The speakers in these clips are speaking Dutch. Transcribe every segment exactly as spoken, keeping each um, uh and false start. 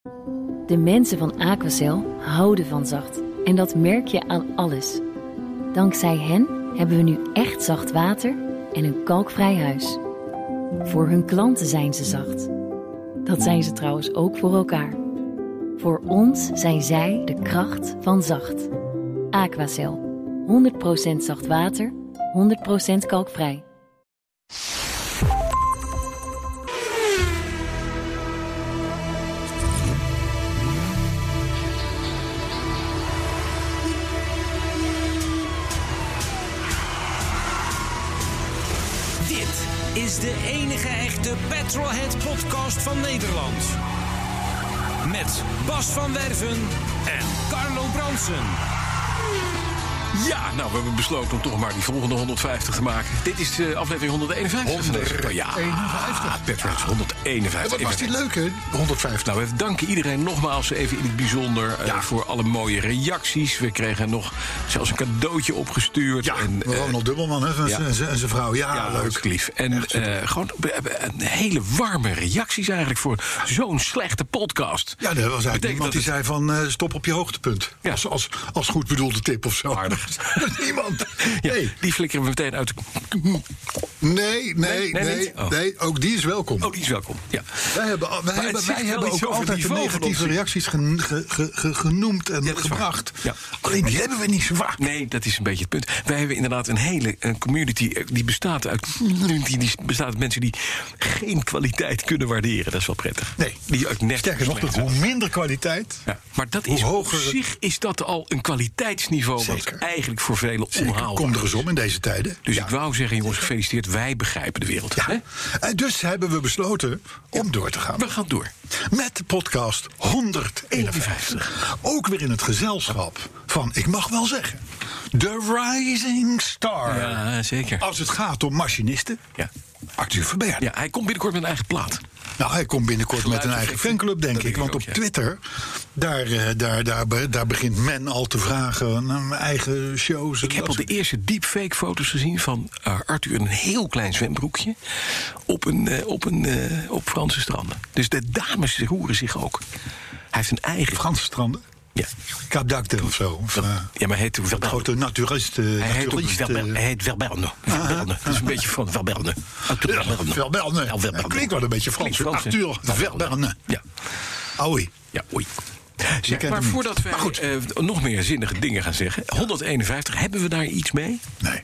De mensen van Aquacel houden van zacht. En dat merk je aan alles. Dankzij hen hebben we nu echt zacht water en een kalkvrij huis. Voor hun klanten zijn ze zacht. Dat zijn ze trouwens ook voor elkaar. Voor ons zijn zij de kracht van zacht. Aquacel. honderd procent zacht water, honderd procent kalkvrij. Is de enige echte Petrolhead-podcast van Nederland. Met Bas van Werven en Carlo Bronsen. Ja, nou, we hebben besloten om toch maar die volgende honderdvijftig te maken. Dit is uh, aflevering honderdeenenvijftig. honderdeenenvijftig. Ja, Petrolhead honderdeenenvijftig. Ja, wat was die leuk, hè? honderdvijftig. Nou, we danken iedereen nogmaals even in het bijzonder uh, ja. voor alle mooie reacties. We kregen nog zelfs een cadeautje opgestuurd. Ja, en, uh, Ronald Dubbelman hè, en ja. zijn vrouw. Ja, ja leuk. Lief. En uh, gewoon een hele warme reacties eigenlijk voor zo'n slechte podcast. Ja, er was eigenlijk Betekent iemand die het... zei van uh, stop op je hoogtepunt. Ja. Als, als, als goed bedoelde tip of zo. Aardig. Niemand. Ja, nee. Die flikkeren we meteen uit de... Nee, nee, nee. Nee, oh. nee, ook die is welkom. Oh, die is welkom, ja. Wij hebben, wij hebben, wij hebben ook altijd de negatieve reacties gen, ge, ge, ge, genoemd en ja, gebracht. Ja. Alleen die hebben we niet zo vaak. Nee, dat is een beetje het punt. Wij hebben inderdaad een hele een community die bestaat uit, die bestaat uit mensen die geen kwaliteit kunnen waarderen. Dat is wel prettig. Nee, die ook net sterker nog, hoe minder kwaliteit. Ja, maar dat hoe is hoger op zich is dat al een kwaliteitsniveau Zeker. wat eigenlijk voor velen onhaalbaar is. Kom er eens om in deze tijden. Dus ja. ik wou zeggen, jongens, gefeliciteerd. Wij begrijpen de wereld. Ja. Hè? Dus hebben we besloten om ja. door te gaan. We gaan door. Met de podcast honderdeenenvijftig. Ook weer in het gezelschap van, ik mag wel zeggen, The Rising Star. Ja, zeker. Als het gaat om machinisten. Ja. Arthur Verberg. Ja, hij komt binnenkort met een eigen plaat. Nou, hij komt binnenkort Geluid met een eigen fanclub, denk ik. denk Want ik ook, op ja. Twitter, daar, daar, daar, daar begint men al te vragen naar mijn eigen shows. Ik heb al de eerste deepfake-foto's gezien van uh, Arthur in een heel klein zwembroekje op, een, uh, op, een, uh, op Franse stranden. Dus de dames roeren zich ook. Hij heeft een eigen... Franse stranden? Ja. Cap d'Agde of zo. Of, dat, uh, ja, maar hij heet dat grote naturist. Uh, hij, heet naturist Verber, uh, hij heet Verberne. Verberne. Dat is een beetje van Verberne. Arthur Verberne. Verberne. Ja, Verberne. Klinkt wel een beetje Frans. Frans Arthur Verberne. Ja. Oei. Ja, oei. Zeg, maar voordat wij uh, nog meer zinnige dingen gaan zeggen... honderdeenenvijftig, hebben we daar iets mee? Nee.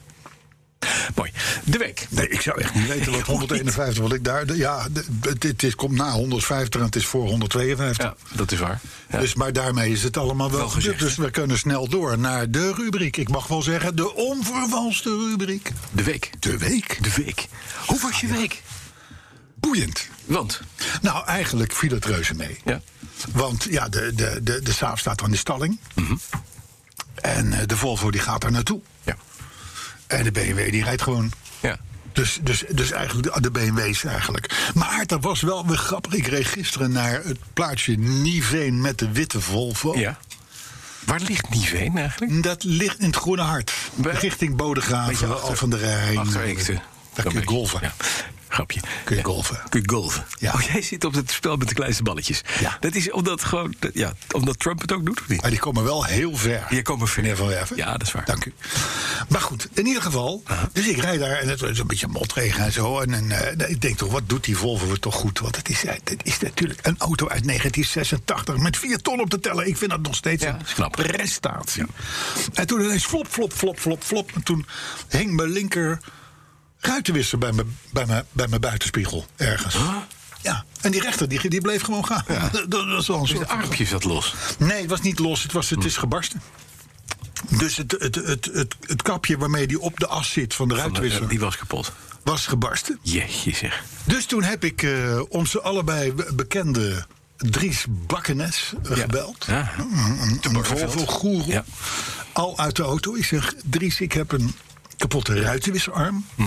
Mooi. De week. Nee, ik zou echt niet weten wat honderdeenenvijftig... want ik daar, de, ja, het komt na honderdvijftig en het is voor honderdtweeënvijftig. Ja, dat is waar. Ja. Dus, maar daarmee is het allemaal wel, wel gezegd. Dus we kunnen snel door naar de rubriek. Ik mag wel zeggen, de onvervalste rubriek. De week. De week. De week. Hoe was je week? Boeiend. Want? Nou, eigenlijk viel het reuze mee. Ja. Want ja, de, de, de, de Saab staat aan de stalling. Mm-hmm. En uh, de Volvo die gaat daar naartoe. Ja. En de B M W die rijdt gewoon. Ja. Dus, dus, dus eigenlijk de, de B M W's eigenlijk. Maar dat was wel weer grappig. Ik reed gisteren naar het plaatsje Niveen met de witte Volvo. Ja. Waar ligt Niveen eigenlijk? Dat ligt in het Groene Hart. Bij... Richting Bodegraven, Al van der Rijn. Achter Eekte. Daar kun je golven. Ja. Grapje. Kun je ja. golven. Kun je golven. Ja. Oh, jij zit op het spel met de kleinste balletjes. Ja. Dat is omdat, gewoon, ja, omdat Trump het ook doet, of niet? Maar die komen wel heel ver. Die komen ver. Meneer Van Werven. Ja, dat is waar. Dank u. Maar goed, in ieder geval. Uh-huh. Dus ik rijd daar en het is een beetje motregen en zo. En, en uh, ik denk toch, wat doet die Volvo toch goed? Want het is, het is natuurlijk een auto uit negentien zesentachtig met vier ton op te tellen. Ik vind dat nog steeds ja, een prestatie. Ja. En toen ineens flop, flop, flop, flop, flop. En toen hing mijn linker ruitenwisser bij mijn, bij mijn, bij mijn buitenspiegel ergens. Huh? Ja, en die rechter die, die bleef gewoon gaan. Ja. Dat, dat was wel een dus soort de armpje zat los? Nee, het was niet los, het, was, het is gebarsten. Dus het, het, het, het, het kapje waarmee die op de as zit van de ruitwisser... Van de, die was kapot? Was gebarsten. Jeetje zeg. Dus toen heb ik uh, onze allebei bekende Dries Bakkenes uh, ja. gebeld. Ja. Een, een Volvo-goeroe. Ja. Al uit de auto. Ik zeg, Dries, ik heb een kapotte ruitenwisserarm. Hm.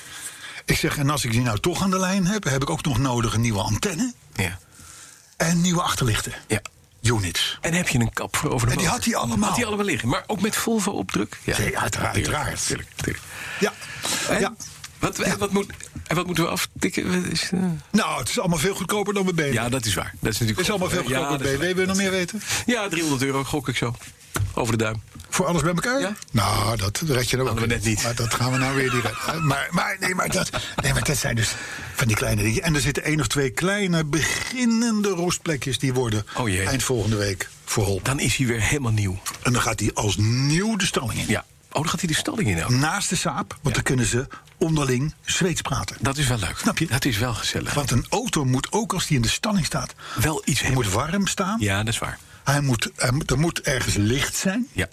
Ik zeg, en als ik die nou toch aan de lijn heb... heb ik ook nog nodig een nieuwe antenne. Ja. En nieuwe achterlichten. Ja. Units. En heb je een kap voor over de En die had hij allemaal. Had hij allemaal liggen, maar ook met Volvo-opdruk? Ja, nee, uiteraard. uiteraard. Tuurlijk, tuurlijk. Ja. En? ja. Wat, en, wat moet, en wat moeten we aftikken? Wat is, uh... Nou, het is allemaal veel goedkoper dan bij B M W. Ja, dat is waar. Dat is natuurlijk het is allemaal veel goedkoper dan bij B M W. Wil je nog meer weten? Ja, driehonderd euro gok ik zo. Over de duim. Voor alles bij elkaar? Ja? Nou, dat red je dan ook we net niet. Maar dat gaan we nou weer niet. maar, maar, nee, maar, dat, nee, maar dat zijn dus van die kleine dingen. En er zitten één of twee kleine beginnende rostplekjes... die worden oh jee. eind volgende week verholpen. Dan is hij weer helemaal nieuw. En dan gaat hij als nieuw de stalling in. Ja. Oh, dan gaat hij de stalling in ook. Naast de Saab, want ja. dan kunnen ze onderling Zweeds praten. Dat is wel leuk. Snap je? Dat is wel gezellig. Want een auto moet ook, als die in de stalling staat... wel iets hij moet warm staan. Ja, dat is waar. Hij moet, hij moet, er moet ergens licht zijn. Ja.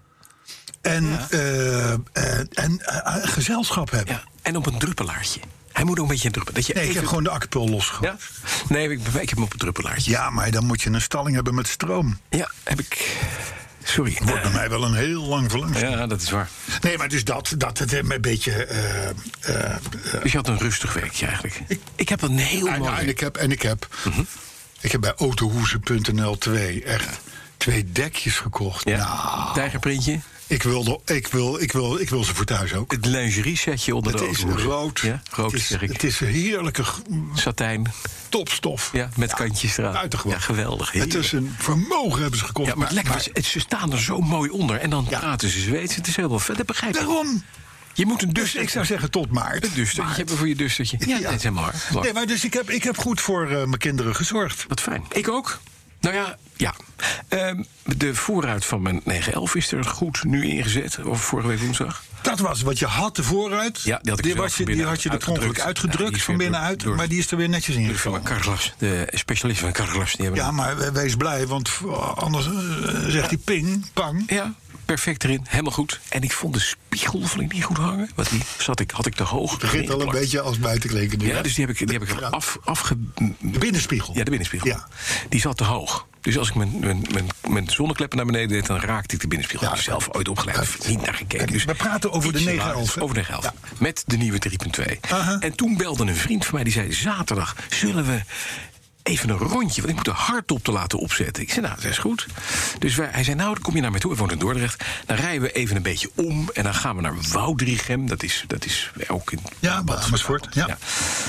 En, ja. Uh, uh, en uh, gezelschap hebben. Ja. En op een druppelaartje. Hij moet ook een beetje een druppel. Dat je nee, even... ik heb gewoon de accupul losgegooid. Ja? Nee, ik, ik heb hem op een druppelaartje. Ja, maar dan moet je een stalling hebben met stroom. Ja, heb ik... Sorry. Wordt uh, bij mij wel een heel lang verlangst. Ja, dat is waar. Nee, maar dus dat, dat het een beetje... Uh, uh, uh, dus je had een rustig weekje eigenlijk. Ik, ik heb een heel en, mooi... En ik heb, en ik heb, mm-hmm. ik heb bij autohoezen punt n l twee echt ja. twee dekjes gekocht. Ja. Nou, tijgerprintje. Ik wil, ik, wil, ik, wil, ik wil ze voor thuis ook. Het lingerie setje onder het de autohoezen. Het is rood. Ja, rood het, is, zeg ik. Het is een heerlijke... Satijn. Topstof. Ja, met ja, kantjes eraan. Buitengewoon. Ja, geweldig. Het is een vermogen hebben ze gekocht. Ja, maar, maar, lekker, maar ze staan er zo mooi onder. En dan ja. praten ze Zweeds. Het is heel vet. Dat begrijp ik. Waarom? Je moet een dus ik zou zeggen tot maart. Een dustertje hebben voor je dustertje. Ja, ja. dat is helemaal waar. Nee, maar dus ik heb, ik heb goed voor uh, mijn kinderen gezorgd. Wat fijn. Ik ook. Nou ja, ja. Um, de voorruit van mijn negen elf is er goed nu ingezet. Of vorige week woensdag. Dat was wat je had, de voorruit. Ja, die had, ik die, was je, die had je er ongeluk uitgedrukt ja, van binnenuit. Door, maar die is er weer netjes in. Van Carglass, de specialist van Carglass. Die hebben ja, maar wees blij, want anders uh, zegt hij ping, pang. Ja, perfect erin, helemaal goed. En ik vond de spiegel vond ik niet goed hangen. Want die zat ik, had ik te hoog. Het begint al een beetje als buitenklinken. Ja, dus die heb ik, die heb ik er af, afge... De binnenspiegel. Ja, de binnenspiegel. Ja. Die zat te hoog. Dus als ik mijn, mijn, mijn, mijn zonnekleppen naar beneden deed, dan raakte ik de binnenspiegel. Ja, ik heb zelf ooit opgeleid, niet naar gekeken. Dus we praten over de negen elf. Over de negen elf. Ja. Met de nieuwe drie punt twee. Uh-huh. En toen belde een vriend van mij, die zei... zaterdag zullen we even een rondje, want ik moet de hardtop te laten opzetten. Ik zei, nou, dat is goed. Dus wij, hij zei, nou, dan kom je naar mij toe. Hij woont in Dordrecht. Dan rijden we even een beetje om. En dan gaan we naar Woudrichem. Dat is, dat is ook in... Ja, bij Amersfoort. Ja. ja.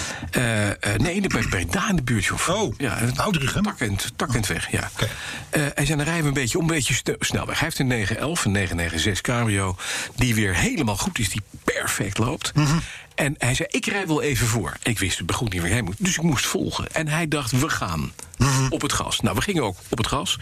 Uh, uh, nee, bij Breda in de buurt. Of, oh, ja, Woudrichem? Takkend, takkend oh. weg, ja. Okay. Uh, hij zei, dan rijden we een beetje om, een beetje st- snelweg. Hij heeft een negen elf, een negen negen zes Cabrio... die weer helemaal goed is, die perfect loopt. Mm-hmm. En hij zei, ik rij wel even voor. Ik wist goed niet waar hij moet, dus ik moest volgen. En hij dacht, we gaan mm-hmm. op het gas. Nou, we gingen ook op het gas.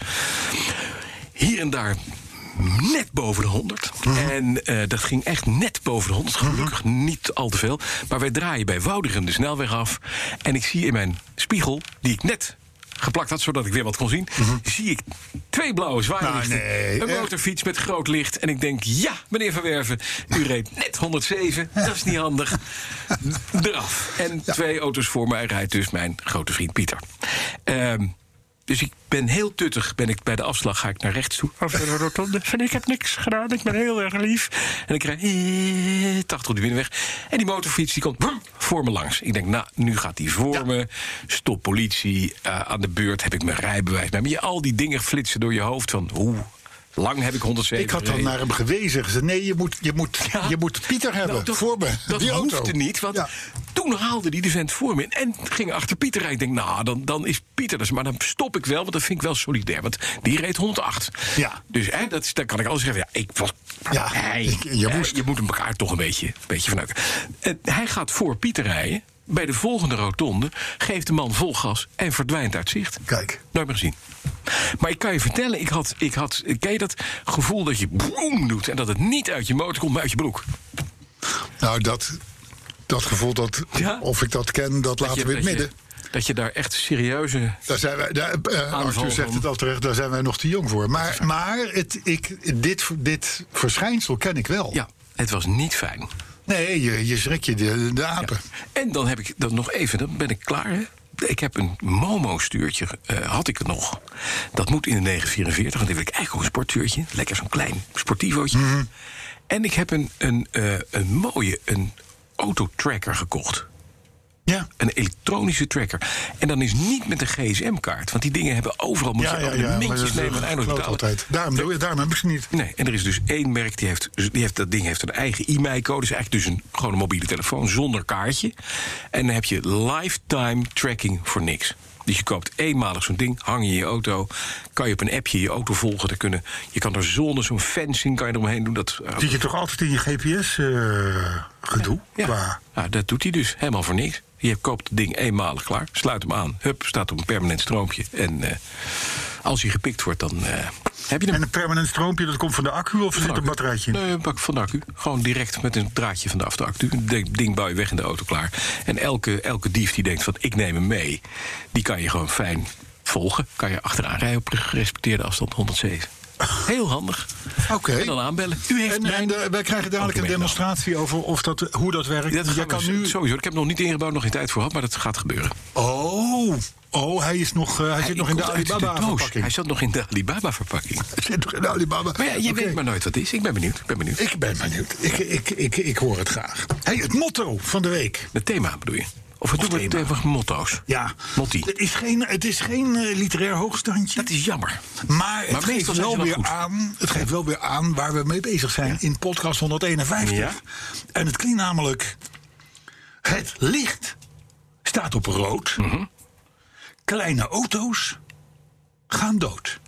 Hier en daar net boven de honderd. Mm-hmm. En uh, dat ging echt net boven de honderd. Gelukkig mm-hmm. niet al te veel. Maar wij draaien bij Woudrichem de snelweg af. En ik zie in mijn spiegel, die ik net geplakt had, zodat ik weer wat kon zien, mm-hmm. zie ik twee blauwe zwaailichten. Nou, nee, een motorfiets met groot licht. En ik denk, ja, meneer Van Werven, u reed net honderdzeven. Dat is niet handig. Eraf. En ja. twee auto's voor mij rijdt dus mijn grote vriend Pieter. Um, Dus ik ben heel tuttig. Ben ik bij de afslag ga ik naar rechts toe. Over de rotonde. En ik heb niks gedaan. Ik ben heel erg lief. En ik rijd eh, tachtig op de binnenweg. En die motorfiets die komt boem, voor me langs. Ik denk, nou, nu gaat die voor ja. me. Stop politie. Uh, aan de beurt heb ik mijn rijbewijs. Maar je al die dingen flitsen door je hoofd van hoe lang heb ik honderdzeven Ik had dan naar hem gewezen. Gezegd, nee, je moet, je moet, ja. je moet Pieter hebben. Nou, dat, voor me. Dat die hoefde auto. niet. Want ja. toen haalde die de vent voor me in en ging achter Pieter rijden. Ik denk, nou, dan, dan is Pieter dus. Maar dan stop ik wel, want dat vind ik wel solidair. Want die reed honderdacht. Ja. Dus hè, dat is, dan kan ik alles zeggen. Ja, ik was. Ja, hij, ik, je, hè, moest. je moet hem elkaar toch een beetje, een beetje vanuit. En hij gaat voor Pieter rijden. Bij de volgende rotonde geeft de man vol gas en verdwijnt uit zicht. Kijk. Nooit meer gezien. Maar ik kan je vertellen, ik had, ik had, ken je dat gevoel dat je boem doet en dat het niet uit je motor komt, maar uit je broek? Nou, dat, dat gevoel, dat, ja? of ik dat ken, dat, dat laten je, we in het midden. Je, dat je daar echt serieuze... Daar zijn wij, daar, uh, Arthur zegt het al terecht, daar zijn wij nog te jong voor. Maar, maar het, ik, dit, dit verschijnsel ken ik wel. Ja, het was niet fijn. Nee, je, je schrik je de, de apen. Ja. En dan heb ik dan nog even, dan ben ik klaar, hè? Ik heb een Momo-stuurtje, uh, had ik het nog. Dat moet in de negen vierenveertig, want die wil ik eigenlijk ook een sportstuurtje. Lekker zo'n klein sportivootje. Mm-hmm. En ik heb een, een, uh, een mooie een autotracker gekocht. Ja. Een elektronische tracker. En dan is niet met een G S M-kaart. Want die dingen hebben overal... Moet ja, je ja, abonnementjes ja, nemen en eindeloos betalen. Altijd. Daarom, doe je, daarom heb ik ze niet. Nee, en er is dus één merk, die heeft, die heeft dat ding heeft een eigen I M E I-code. Dus eigenlijk dus een, gewoon een mobiele telefoon zonder kaartje. En dan heb je lifetime tracking voor niks. Dus je koopt eenmalig zo'n ding, hang je in je auto... kan je op een appje je auto volgen. Daar kunnen, je kan er zonder zo'n fencing kan je eromheen doen. Dat zit je toch altijd in je G P S-gedoe? Uh, ja, qua... ja, dat doet hij dus helemaal voor niks. Je koopt het ding eenmalig klaar, sluit hem aan. Hup, staat op een permanent stroompje. En uh, als hij gepikt wordt, dan uh, heb je hem. En een permanent stroompje, dat komt van de accu of zit er een batterijtje in? Nee, een bak van de accu. Gewoon direct met een draadje van de af de accu. Het ding bouw je weg in de auto klaar. En elke, elke dief die denkt van ik neem hem mee... die kan je gewoon fijn volgen. Kan je achteraan rijden op gerespecteerde afstand honderdzeven. Heel handig. Oké. Okay. En dan aanbellen. U heeft en mijn... en de, wij krijgen dadelijk een demonstratie over of dat, hoe dat werkt. Dat Jij kan nu... Sowieso. Ik heb nog niet ingebouwd, nog geen tijd voor gehad, maar dat gaat gebeuren. Oh, oh hij, is nog, uh, hij, hij zit nog in de Alibaba-verpakking. Hij zat nog in de Alibaba-verpakking. Hij zit nog in de Alibaba. Maar ja, je okay. weet maar nooit wat het is. Ik ben benieuwd. Ik ben benieuwd. Ik ben benieuwd. Ik, ik, ik, ik hoor het graag. Hey, het motto van de week. Het thema bedoel je? Of het doen we even motto's? Ja. Motti. Het is geen, het is geen uh, literair hoogstandje. Dat is jammer. Maar het, maar geeft wel weer goed. aan, het geeft wel weer aan waar we mee bezig zijn ja. in podcast honderdeenenvijftig. Ja. En het klinkt namelijk... Het licht staat op rood. Mm-hmm. Kleine auto's gaan dood.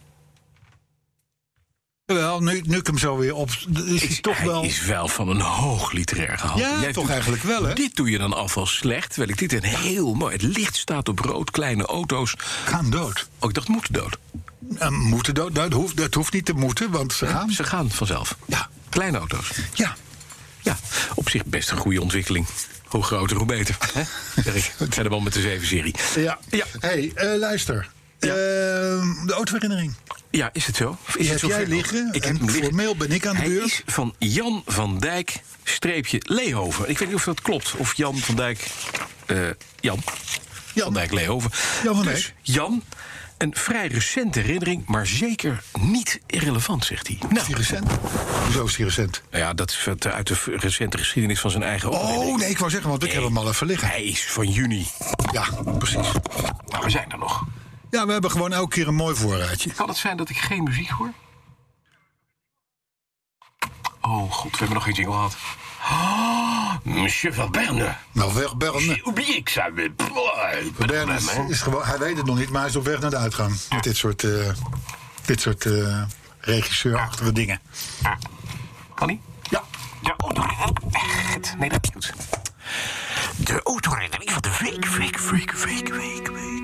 Wel, nu, nu ik hem zo weer op... Is is, toch hij wel... is wel van een hoog literair gehalte. Ja, Jij toch doet, eigenlijk wel, hè? Dit doe je dan alvast slecht. Terwijl ik dit een heel mooi... Het licht staat op rood, kleine auto's... gaan dood. Oh, ik dacht moeten dood. Uh, moeten dood? Dat hoeft, dat hoeft niet te moeten, want ze gaan... Ze gaan vanzelf. Ja. Kleine auto's. Ja. Ja, op zich best een goede ontwikkeling. Hoe groter, hoe beter. Hè? Zeg ik. Verder wel met de zeven serie. Ja. ja. Hey, uh, luister. Ja. Uh, de autoherinnering. Ja, is het zo? Is Die het heb zo jij ver? liggen. Ik en heb hem formeel ben ik aan de Hij beurt. is van Jan van Dijk, streepje Leehoven. Ik weet niet of dat klopt. Of Jan van Dijk... Uh, Jan. Jan van Dijk Leehoven. Jan van dus, Dijk. Jan, een vrij recente herinnering, maar zeker niet irrelevant, zegt hij. Nou. Is die recent? Hoezo is die recent? Nou ja, dat is uit de recente geschiedenis van zijn eigen Oh, nee, ik wou zeggen, want ik nee, heb hem al even liggen. Hij is van juni. Ja, precies. Nou, we zijn er nog. Ja, we hebben gewoon elke keer een mooi voorraadje. Kan het zijn dat ik geen muziek hoor? Oh god, we hebben nog geen jingle gehad. Oh, Monsieur Verberne. Nou, Verberne. J'ai oublié que ça avait... Verberne is, is gewoon... Hij weet het nog niet, maar hij is op weg naar de uitgang. Ja. Met dit soort... Uh, dit soort uh, regisseurachtige dingen. Ja. Kan hij? Ja. De autoherinnering. Nee, dat is goed. De autoherinnering van de week, week, week, week, week, week.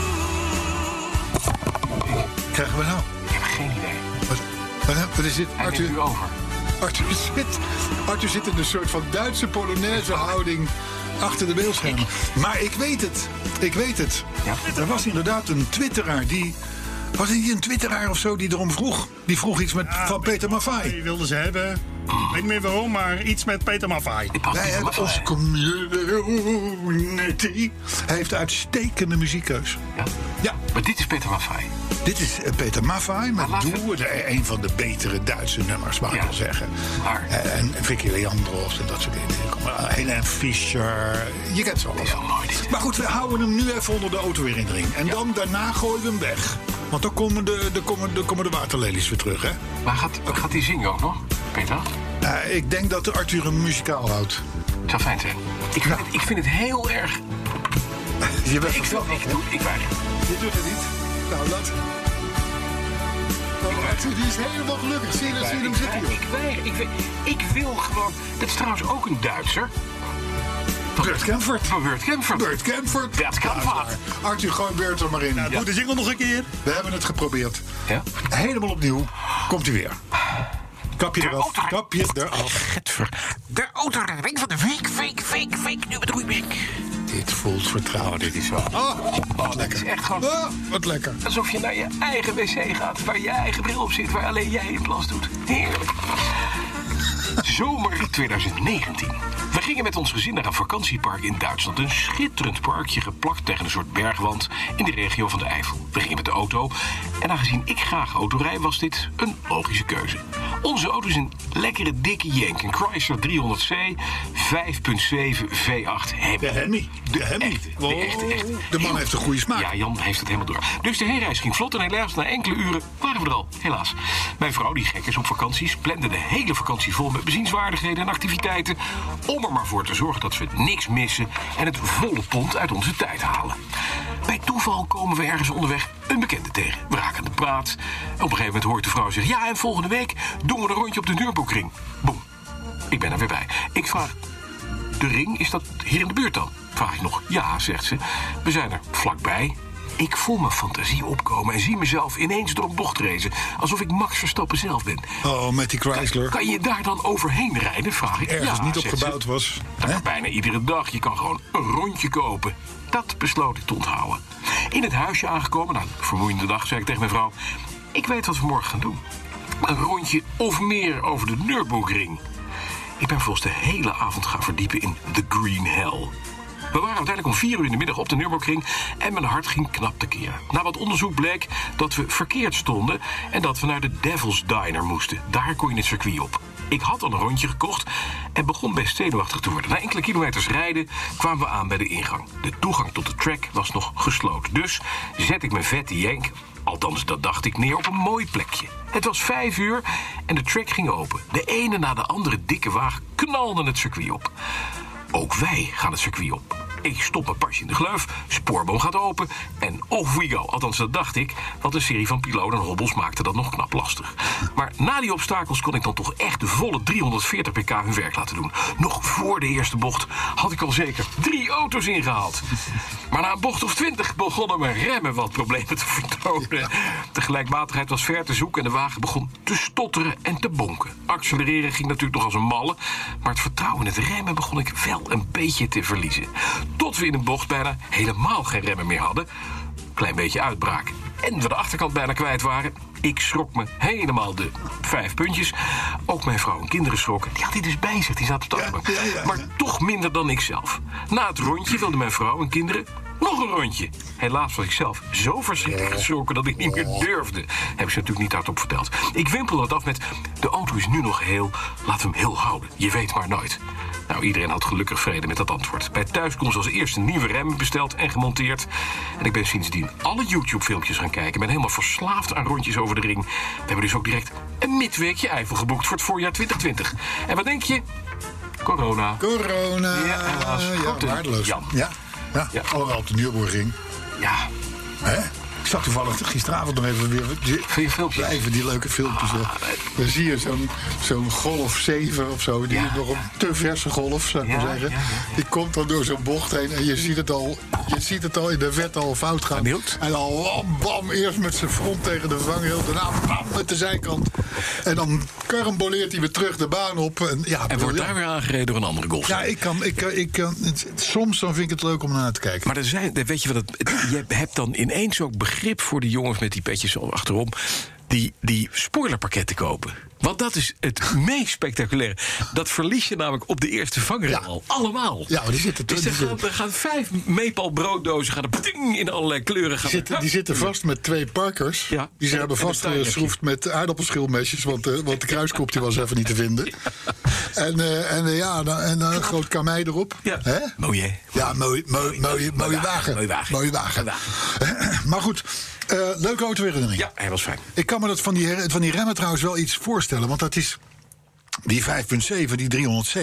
Krijgen we nou? Ik heb geen idee. Wat, wat, wat is dit? Hij Arthur, neemt u over. Arthur zit, Arthur zit in een soort van Duitse Polonaise houding achter de beeldschermen. Maar ik weet het. Ik weet het. Ja? Er was inderdaad een twitteraar die... Was het niet een twitteraar of zo die erom vroeg? Die vroeg iets met, ja, van Peter Maffay. Die wilden ze hebben. Ik weet niet meer waarom, maar iets met Peter Maffay. Wij hebben onze community. Hij heeft uitstekende muziekkeus. Ja? Ja. Maar dit is Peter Maffay. Dit is uh, Peter Maffay met Doe, we... een van de betere Duitse nummers, mag ik ja. wel zeggen. Maar. Uh, en Vicky Leandros en dat soort dingen. Uh, Helene Fischer. Je kent ze allemaal. Heel mooi dit. Maar goed, we houden hem nu even onder de autoherinnering. En ja. dan daarna gooien we hem weg. Want dan komen de, de, komen, de, komen de waterlelies weer terug, hè? Maar gaat, gaat hij zingen ook nog, Peter? Uh, ik denk dat Arthur hem muzikaal houdt. Het zou fijn zijn. Ik vind, ja. het, ik vind het heel erg... Je bent ik wil ik doe, ik weiger. Je doet het niet. Nou, laat... Oh, Arthur, die is helemaal gelukkig. Zie je, zie je hem zitten, joh. Ik weiger. Ik, ik wil gewoon... Dat is trouwens ook een Duitser. Bert Kaempfert. Van Bert Kaempfert. Bert Kaempfert. Bert Kaempfert. Ja, Arthur, gooi Bert er maar in. Nou, doe ja. de jingle nog een keer. We hebben het geprobeerd. Ja? Helemaal opnieuw. Komt hij weer. Kap je eraf. Kap je eraf. Getver. De autoherinnering van de week, week, week, week. Nu met Roeibek. Dit voelt vertrouwen. Oh, dit is wel... Oh, wat lekker. Dit is echt gewoon... Oh, wat lekker. Alsof je naar je eigen wc gaat, waar je eigen bril op zit, waar alleen jij in plas doet. Heerlijk. Zomer twintig negentien. We gingen met ons gezin naar een vakantiepark in Duitsland. Een schitterend parkje geplakt tegen een soort bergwand in de regio van de Eifel. We gingen met de auto En aangezien ik graag autorij, was dit een logische keuze. Onze auto is een lekkere dikke jank. Een Chrysler driehonderd C vijf komma zeven V acht Hemi. De Hemi. De, De Hemi. echte, de echte, echt. De man heeft een goede smaak. Ja, Jan heeft het helemaal door. Dus de heenreis ging vlot en helaas na enkele uren waren we er al. Helaas. Mijn vrouw, die gek is op vakanties, plande de hele vakantie vol met bezienswaardigheden en activiteiten. Om er maar voor te zorgen dat we niks missen en het volle pond uit onze tijd halen. Bij toeval komen we ergens onderweg een bekende tegen. We raken aan de praat. Op een gegeven moment hoort de vrouw zeggen: ja, en volgende week doen we een rondje op de Nürburgring. Boom. Ik ben er weer bij. Ik vraag: de ring, is dat hier in de buurt dan? Vraag ik nog. Ja, zegt ze. We zijn er vlakbij. Ik voel mijn fantasie opkomen en zie mezelf ineens door een bocht racen. Alsof ik Max Verstappen zelf ben. Oh, met die Chrysler. Kan, kan je daar dan overheen rijden, vraag ik. Ergens ja, niet op zegt gebouwd ze. was. Dat Hè? is bijna iedere dag. Je kan gewoon een rondje kopen. Dat besloot ik te onthouden. In het huisje aangekomen, na een vermoeiende dag, zei ik tegen mijn vrouw: ik weet wat we morgen gaan doen. Een rondje of meer over de Nürburgring. Ik ben volgens de hele avond gaan verdiepen in The Green Hell. We waren uiteindelijk om vier uur in de middag op de Nürburgring en mijn hart ging knap tekeer. Na wat onderzoek bleek dat we verkeerd stonden en dat we naar de Devil's Diner moesten. Daar kon je het circuit op. Ik had al een rondje gekocht en begon best zenuwachtig te worden. Na enkele kilometers rijden kwamen we aan bij de ingang. De toegang tot de track was nog gesloten. Dus zet ik mijn vette jank, althans dat dacht ik, neer op een mooi plekje. Het was vijf uur en de track ging open. De ene na de andere dikke wagen knalde het circuit op. Ook wij gaan het circuit op. Ik stop mijn pasje in de gleuf, spoorboom gaat open en off we go. Althans, dat dacht ik, want een serie van piloten en hobbels maakte dat nog knap lastig. Maar na die obstakels kon ik dan toch echt de volle driehonderdveertig pk hun werk laten doen. Nog voor de eerste bocht had ik al zeker drie auto's ingehaald. Maar na een bocht of twintig begonnen mijn remmen wat problemen te vertonen. De gelijkmatigheid was ver te zoeken en de wagen begon te stotteren en te bonken. Accelereren ging natuurlijk nog als een malle, maar het vertrouwen in het remmen begon ik wel een beetje te verliezen. Tot we in een bocht bijna helemaal geen remmen meer hadden. Klein beetje uitbraak. En we de achterkant bijna kwijt waren. Ik schrok me helemaal de vijf puntjes. Ook mijn vrouw en kinderen schrokken. Die had hij dus bij zich, die zaten op de achterbank. Ja, ja, ja. Maar toch minder dan ik zelf. Na het rondje wilden mijn vrouw en kinderen nog een rondje. Helaas was ik zelf zo verschrikkelijk geschrokken dat ik niet meer durfde. Heb ik ze natuurlijk niet hardop verteld. Ik wimpelde het af met: de auto is nu nog geheel, laten we hem heel houden. Je weet maar nooit. Nou, iedereen had gelukkig vrede met dat antwoord. Bij thuiskomst als eerste nieuwe remmen besteld en gemonteerd. En ik ben sindsdien alle YouTube-filmpjes gaan kijken. Ik ben helemaal verslaafd aan rondjes over de ring. We hebben dus ook direct een midweekje Eifel geboekt voor het voorjaar twintig twintig. En wat denk je? Corona. Corona. Ja, helaas. Ja, Grote waardeloos. Jan. Ja, ja. Ja. Allemaal op de Nürburgring. Ja, Hè? Ik zag toevallig gisteravond nog even weer... vind je filmpjes? Even die leuke filmpjes. Ah, Dan zie je zo'n zo'n Golf zeven of zo. Die Ja, is nog een te verse Golf, zou ik Ja, maar zeggen. ja, ja. Die komt dan door zo'n bocht heen. En je ziet het al, je ziet het al in de vet al fout gaan. Benieuwd? En dan bam, bam, eerst met zijn front tegen de vangrail. Daarna bam, met de zijkant. En dan karamboleert hij weer terug de baan op. En, ja, En wordt ja. daar weer aangereden door een andere golf. Ja, ik kan, ik, kan- ik kan, het- soms dan vind ik het leuk om naar te kijken. Maar er zijn, weet je wat het, je hebt dan ineens ook begrip voor die jongens met die petjes achterom, die, die spoilerpakketten kopen. Want dat is het meest spectaculaire. Dat verlies je namelijk op de eerste vangrail Ja. al. Allemaal. Ja, maar die zitten dus er die gaan, zitten- er gaan vijf meepal brooddozen gaan er pting in allerlei kleuren. Gaan Die zitten, die zitten vast met twee parkers. Ja. Die ze En- hebben en een vastgeschroefd met aardappelschilmesjes. Want de, want de kruiskop die was even niet te vinden. En, eh, en eh, ja, dan- en dan een groot kamei erop. Ja. Hè? Mooi, hè? Ja, mooi, mooi, mooie, mooie wagen. Mooie wagen. Mooie wagen. Mooie Maar goed, eh, leuke autoherinnering. Ja, hij was fijn. Ik kan me dat van die, her- van die remmen trouwens wel iets voorstellen. Want dat is die vijf komma zeven, die driehonderd C.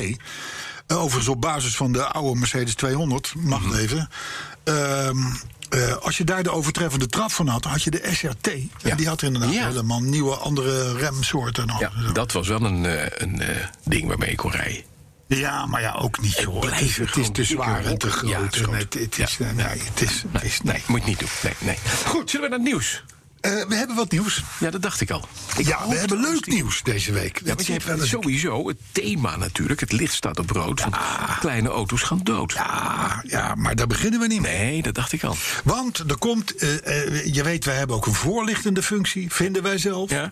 Uh, overigens op basis van de oude Mercedes tweehonderd. Mag Mhm. even. Ehm, uh, als je daar de overtreffende trap van had, had je de S R T. Ja. En die had inderdaad Ja. helemaal nieuwe andere remsoorten. En Ja, alles. Zo. dat was wel een, eh, een eh, ding waarmee ik kon rijden. Ja, maar ja, ook niet zo. Het blijven is, het is gewoon te dikke zwaar en te rokken. Ja, groot. het is En groot. het, het is, Ja. eh, nee, het is, het is, Nee, moet je niet doen. Nee, nee. Goed, zullen we naar het nieuws? Uh, we hebben wat nieuws. Ja, dat dacht ik al. Ik Ja, hoop we hebben trouwens leuk niet- nieuws deze week. Ja, Dat want je zit wel hebt eens- sowieso het thema natuurlijk. Het licht staat op rood. Want kleine auto's gaan dood. Ja, ja, maar daar beginnen we niet mee. Nee, dat dacht ik al. Want er komt, eh, eh, je weet, wij hebben ook een voorlichtende functie, vinden wij zelf. Ja?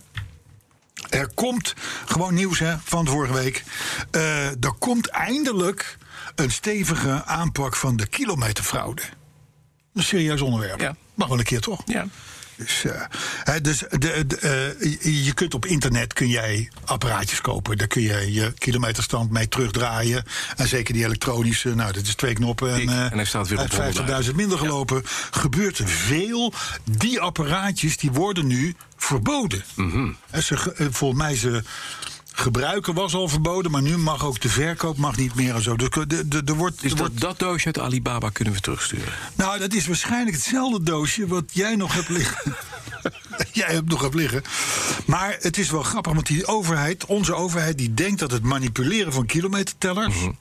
Er komt, gewoon nieuws hè, van vorige week. Eh, er komt eindelijk een stevige aanpak van de kilometerfraude. Een serieus onderwerp. Ja. Mag wel een keer toch? Ja. Dus, eh, He, dus de, de, uh, je kunt op internet kun jij apparaatjes kopen. Daar kun je je kilometerstand mee terugdraaien. En zeker die elektronische, nou, dat is twee knoppen. En, uh, en hij staat weer op vijftigduizend minder gelopen. Ja. Gebeurt er veel. Die apparaatjes die worden nu verboden. Mm-hmm. En ze, volgens mij ze... gebruiken was al verboden, maar nu mag ook de verkoop mag niet meer en zo. Dus de, de, de wordt, is de dat, wordt... dat doosje uit Alibaba kunnen we terugsturen? Nou, dat is waarschijnlijk hetzelfde doosje wat jij nog hebt liggen. jij hebt nog hebt liggen. Maar het is wel grappig, want die overheid, onze overheid, die denkt dat het manipuleren van kilometertellers, mm-hmm.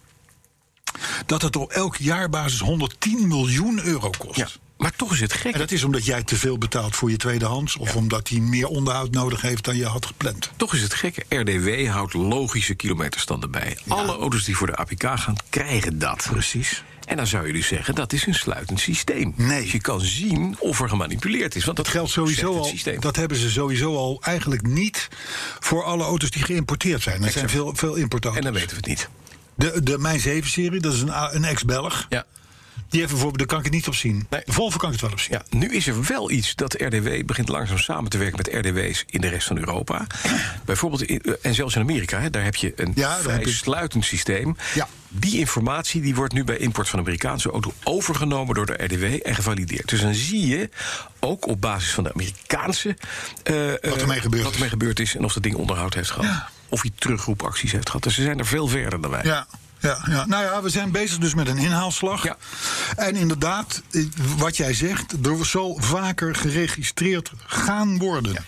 dat het op elke jaarbasis honderdtien miljoen euro kost. Ja. Maar toch is het gek. En dat is omdat jij te veel betaalt voor je tweedehands, of ja. omdat hij meer onderhoud nodig heeft dan je had gepland. Toch is het gekke. R D W houdt logische kilometerstanden bij. Ja. Alle auto's die voor de A P K gaan, krijgen dat. Precies. En dan zou je dus zeggen, dat is een sluitend systeem. Nee. Dus je kan zien of er gemanipuleerd is. Want dat geldt sowieso al. Systeem. Dat hebben ze sowieso al eigenlijk niet voor alle auto's die geïmporteerd zijn. Er exact. zijn veel, veel importauto's. En dan weten we het niet. De, de Mijn zeven serie, dat is een, een ex-Belg. Ja. Die heeft bijvoorbeeld, daar kan ik het niet op zien. Nee. De Volvo kan ik het wel op zien. Ja, nu is er wel iets dat R D W begint langzaam samen te werken met R D W's in de rest van Europa. Bijvoorbeeld, in, en zelfs in Amerika, hè, daar heb je een ja, vrij je... sluitend systeem. Ja. Die informatie die wordt nu bij import van een Amerikaanse auto overgenomen door de R D W en gevalideerd. Dus dan zie je ook op basis van de Amerikaanse uh, wat ermee gebeurd, wat ermee gebeurd is en of dat ding onderhoud heeft gehad. Ja. Of hij terugroepacties heeft gehad. Dus ze zijn er veel verder dan wij. Ja. Ja, ja, nou ja, we zijn bezig dus met een inhaalslag. Ja. En inderdaad, wat jij zegt, er zal vaker geregistreerd gaan worden. Ja.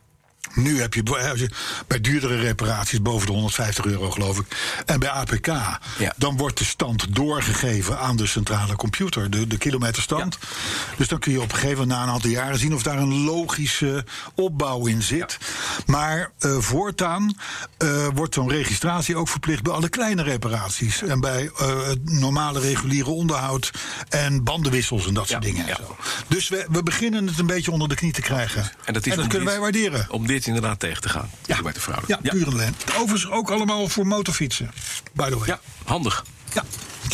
Nu heb je bij duurdere reparaties boven de honderdvijftig euro, geloof ik. En bij A P K, ja. dan wordt de stand doorgegeven aan de centrale computer. De, de kilometerstand. Ja. Dus dan kun je op een gegeven moment na een aantal jaren zien of daar een logische opbouw in zit. Ja. Maar uh, voortaan uh, wordt zo'n registratie ook verplicht bij alle kleine reparaties. En bij uh, het normale reguliere onderhoud en bandenwissels en dat soort ja. dingen. Ja. En zo. Dus we, we beginnen het een beetje onder de knie te krijgen. En dat, is en dat kunnen dit, wij waarderen. Om dit inderdaad tegen te gaan. Ja, met de fraude. Ja, ja. Puur en alleen. Overigens ook allemaal voor motorfietsen. By the way. Ja, handig. Ja.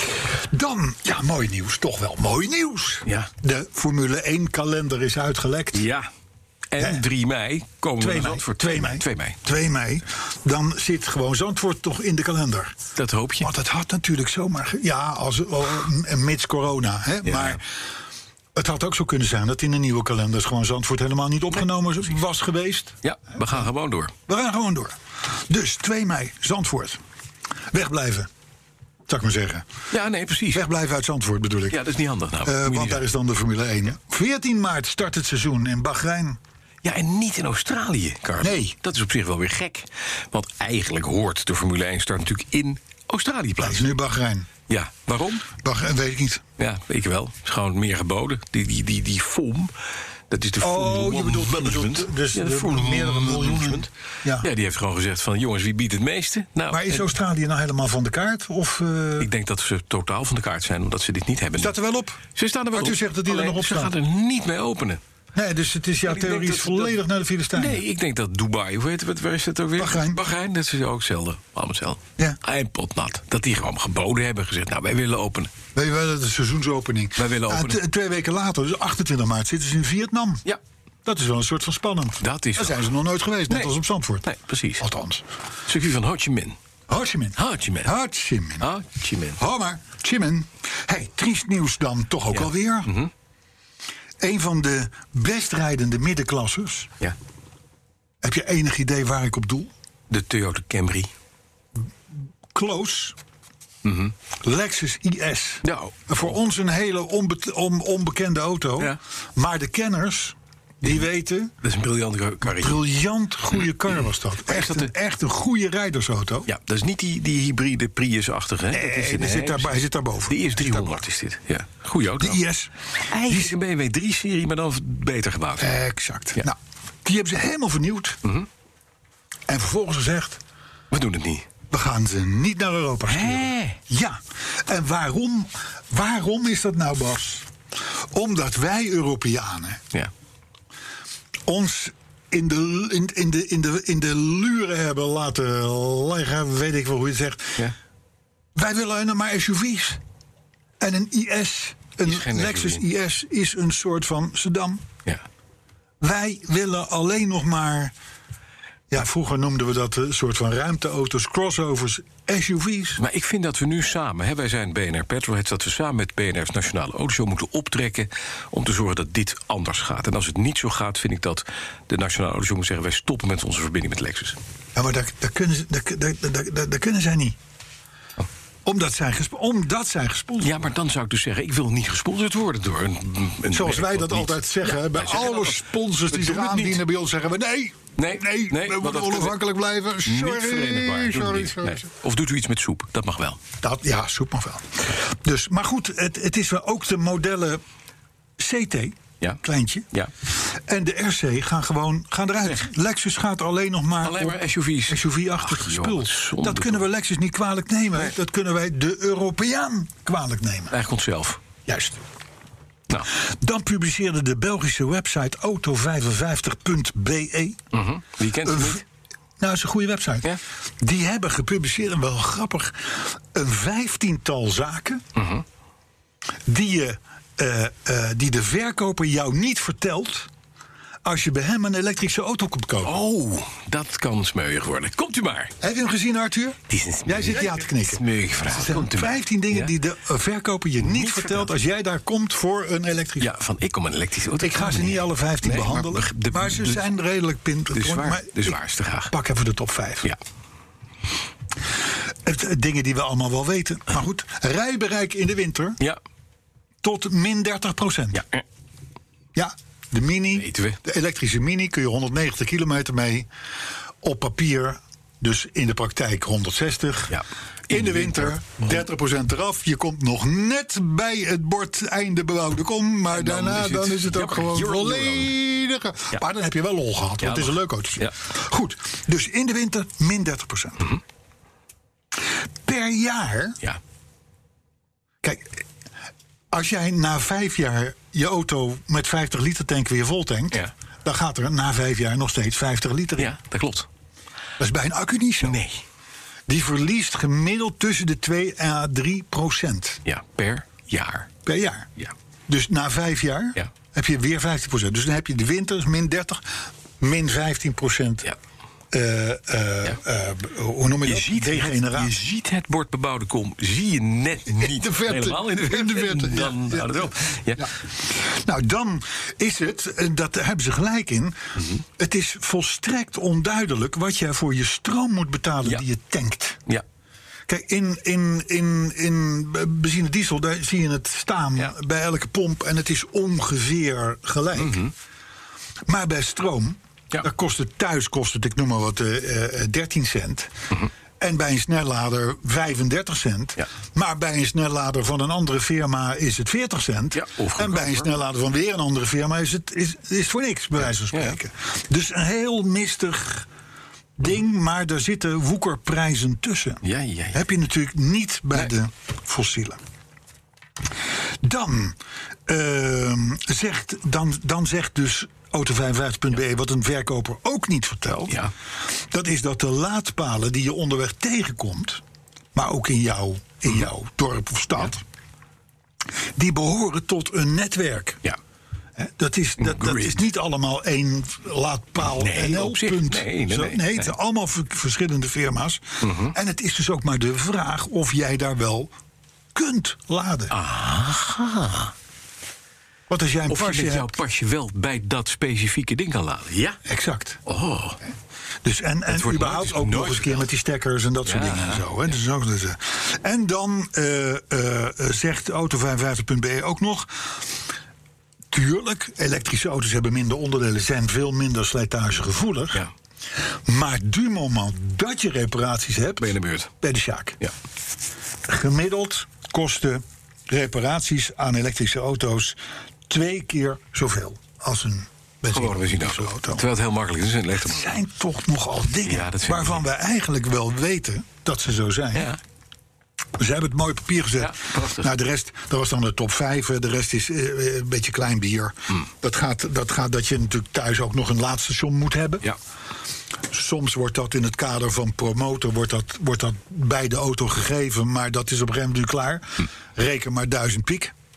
Dan, ja, mooi nieuws. Toch wel mooi nieuws. Ja. De Formule één kalender is uitgelekt. Ja. En ja. drie mei komen we naar Zandvoort. twee mei. twee mei. twee mei. Dan zit gewoon Zandvoort toch in de kalender. Dat hoop je. Want dat had natuurlijk zomaar... Ja, als, oh, mits corona. Hè? Ja. Maar... Het had ook zo kunnen zijn dat in de nieuwe kalenders gewoon Zandvoort helemaal niet opgenomen nee, was geweest. Ja, we gaan gewoon door. We gaan gewoon door. Dus twee mei, Zandvoort. Wegblijven, zou ik maar zeggen. Ja, nee, precies. Wegblijven uit Zandvoort bedoel ik. Ja, dat is niet handig nou. Uh, want daar zijn. is dan de Formule één. Ja. veertien maart start het seizoen in Bahrein. Ja, en niet in Australië, Carlo. Nee. Dat is op zich wel weer gek. Want eigenlijk hoort de Formule één start natuurlijk in Australië plaats. Dat is nu Bahrein. Ja, waarom? Bahrein weet ik niet. Ja, ik wel. Het is gewoon meer geboden. Die, die, die, die F O M, dat is de Oh, je bedoelt, bedoelt dus ja, de, de meerdere miljoenen. Ja. ja, die heeft gewoon gezegd van jongens, wie biedt het meeste? Nou, maar is en, Australië nou helemaal van de kaart? Of, uh... Ik denk dat ze totaal van de kaart zijn, omdat ze dit niet hebben. Staat er wel op? Ze staan er wel maar op. U zegt dat die Alleen, er nog op staan. Ze gaan er niet mee openen. Nee, dus het is jouw theorie is volledig dat, naar de Filistijnen. Nee, ik denk dat Dubai, hoe heet het, waar is dat ook weer? Bahrein. Bahrein, dat is ook hetzelfde. Allemaal hetzelfde. Ja. Eindpotnat. Dat die gewoon geboden hebben gezegd, nou, wij willen openen. Wij willen de seizoensopening. Wij willen openen. En twee weken later, dus achtentwintig maart, zitten ze in Vietnam. Ja. Dat is wel een soort van spannend. Dat is Daar zijn ze nog nooit geweest, net nee. als op Zandvoort. Nee, precies. Althans. Circuit van Ho Chi Minh. Ho Chi Minh. Ho Chi Minh. Ho Chi Minh. Ho Chi Minh. Ho maar. Chi Minh. Hey, triest nieuws dan toch ook ja. alweer. Mm-hmm. Een van de best rijdende middenklassers. Ja. Heb je enig idee waar ik op doel? De Toyota Camry. Close. Mm-hmm. Lexus I S. Nou, voor ons een hele onbe- on- onbekende auto. Ja. Maar de kenners, die ja. weten... Dat is een briljante kar. Briljant goede kar was dat. Echt, dat een, echt een goede rijdersauto. Ja, dat is niet die, die hybride Prius-achtige. Hè? Nee, dat is hij, nee, zit daar, hij zit daarboven. De I S driehonderd is dit. Ja, goede auto. De I S. Eigenlijk een B M W drie serie, maar dan beter gebouwd. Exact. Ja. Nou, die hebben ze helemaal vernieuwd. Mm-hmm. En vervolgens gezegd... We doen het niet. We gaan ze niet naar Europa sturen. Hé. Ja. En waarom? Waarom is dat nou, Bas? Omdat wij Europeanen... Ja. ons in de, in, in, de, in, de, in de luren hebben laten leggen, weet ik wel hoe je het zegt. Ja. Wij willen alleen maar S U V's. En een I S, een Lexus I S, is een soort van sedan. Ja. Wij willen alleen nog maar... Ja, vroeger noemden we dat een soort van ruimteauto's, crossovers, S U V's. Maar ik vind dat we nu samen, hè, wij zijn B N R Petrolheads... dat we samen met B N R's Nationale Autoshow moeten optrekken... om te zorgen dat dit anders gaat. En als het niet zo gaat, vind ik dat de Nationale Autoshow moet zeggen... wij stoppen met onze verbinding met Lexus. Ja, maar dat, dat, kunnen, ze, dat, dat, dat, dat, dat kunnen zij niet. Oh. Omdat zij, gespo- omdat zij gesponsord Ja, maar dan zou ik dus zeggen... ik wil niet gesponsord worden door een, een Zoals merk wij wat dat niet- altijd zeggen. Ja, bij wij zeggen alle altijd, sponsors we die zich doen het niet. aandienen bij ons zeggen we... nee, Nee, nee, nee, we want moeten dat onafhankelijk blijven. Niet Sorry, verenigbaar. Doe het sorry, niet. sorry. Nee. Of doet u iets met soep, dat mag wel. Dat, ja, soep mag wel. Dus, maar goed, het, het is wel ook de modellen C T, Ja. kleintje, Ja. en de R C gaan gewoon gaan eruit. Weg. Lexus gaat alleen nog maar Alleen op maar S U V's. S U V-achtig Ach, joh, spul. wat zonde Dat kunnen we Lexus niet kwalijk nemen. Nee. Dat kunnen wij de Europeaan kwalijk nemen. Eigenlijk onszelf. Juist. Nou, Dan publiceerde de Belgische website auto vijfenvijftig punt b e. mhm. Wie kent het Een niet? v- Nou, dat is een goede website. Ja. Die hebben gepubliceerd, en wel grappig, een vijftiental zaken... Mhm. die, je, eh, eh, die de verkoper jou niet vertelt... als je bij hem een elektrische auto komt kopen. Oh, dat kan smeuig worden. Komt u maar. Heb je hem gezien, Arthur? Het is een Jij zit ja te knikken. smeuig Er verhaal. zijn Komt u maar. vijftien dingen Ja? die de eh, verkoper je niet, Niet vertelt... vertelt. als jij daar komt voor een elektrische Ja, van ik kom een elektrische auto. Ik ga ze niet alle vijftien Nee, maar behandelen, de- maar, de- ze de- zijn redelijk pint. de zwaar- maar de ik zwaarste graag. Pak even de top vijf. Ja. Het, het dingen die we allemaal wel weten. Maar goed, rijbereik in de winter Ja. tot min dertig procent. Ja. eh, Ja, de Mini, Weten we. de elektrische Mini, kun je honderdnegentig kilometer mee. Op papier, dus in de praktijk honderdzestig. Ja. In de winter dertig procent eraf. Je komt nog net bij het bord einde bebouwde kom. Maar En dan daarna is het- dan is het ook jammer, gewoon euro, euro. volledig. Ja. Maar dan heb je wel lol gehad, want Ja, het is een mag. leuk autootje. Ja. Goed, dus in de winter min dertig procent. Mhm. Per jaar, Ja. kijk, als jij na vijf jaar je auto met vijftig liter tank weer vol tankt... Ja. dan gaat er na vijf jaar nog steeds vijftig liter in. Ja, dat klopt. Dat is bij een accu niet zo. Nee. Die verliest gemiddeld tussen de twee à drie procent Ja, per jaar. per jaar. Ja. Dus na vijf jaar Ja. heb je weer vijftien procent. Dus dan heb je de winter is min dertig, min vijftien procent. Ja. Uh, uh, Ja. uh, hoe noem je Je dat? ziet, het, je Degeneratie. ziet het bord bebouwde kom, zie je net niet de verte. helemaal in de verte. In de verte, En dan ja. houdt het op. Ja. Ja. Nou, dan is het, en dat hebben ze gelijk in... Mhm. het is volstrekt onduidelijk wat jij voor je stroom moet betalen Ja. die je tankt. Ja. Kijk, in, in, in, in benzine diesel, daar zie je het staan Ja. bij elke pomp... en het is ongeveer gelijk. Maar bij stroom, Ja. daar kost het thuis, kost het, ik noem maar wat, eh, eh, dertien cent... En bij een snellader vijfendertig cent. Ja. Maar bij een snellader van een andere firma is het veertig cent. Ja, of en bij een goedkoper. snellader van weer een andere firma is het, is, is het voor niks, bij wijze van Ja. spreken. Dus een heel mistig ding, maar daar zitten woekerprijzen tussen. Ja, ja, ja. Heb je natuurlijk niet bij Nee. de fossielen. Dan, ehm, zegt, dan, dan zegt dus auto vijfenvijftig punt b e, wat een verkoper ook niet vertelt... Ja. dat is dat de laadpalen die je onderweg tegenkomt... maar ook in jouw, in jouw dorp of stad... die behoren tot een netwerk. Ja. Hè, Dat is, dat, dat grid. is niet allemaal één laadpaal Nee, N L op zich. punt. Nee, nee, Zo, nee, het nee. zijn allemaal ver- verschillende firma's. En het is dus ook maar de vraag of jij daar wel kunt laden. Aha. Want als jij een Of je pasje met jouw hebt... pasje wel bij dat specifieke ding kan laden. Ja. Exact. Oh. Dus en, en wordt überhaupt nooit- ook nog nooit eens een keer met die stekkers en dat soort Ja. dingen en zo. Hè. Dus ook, dus, eh. En dan eh, eh, zegt auto vijfenvijftig punt b e ook nog... tuurlijk, elektrische auto's hebben minder onderdelen... zijn veel minder slijtagegevoelig. Ja. Maar du moment dat je reparaties hebt... Ben je in de beurt. bij de Sjaak. Ja. Gemiddeld kosten reparaties aan elektrische auto's... twee keer zoveel als een Gewoon een benzineauto. benzineauto. Terwijl het heel makkelijk is. Het Het zijn toch nogal dingen Ja, dat vind waarvan ik. we eigenlijk wel weten dat ze zo zijn. Ja. Ze hebben het mooi op papier gezet. Ja, prachtig. Nou, de rest, dat was dan de top vijf. De rest is eh, een beetje klein bier. Hmm. Dat, gaat, dat gaat dat je natuurlijk thuis ook nog een laadstation moet hebben. Ja. Soms wordt dat in het kader van promotor wordt dat, wordt dat bij de auto gegeven. Maar dat is op een gegeven moment klaar. Hm. Reken maar duizend piek.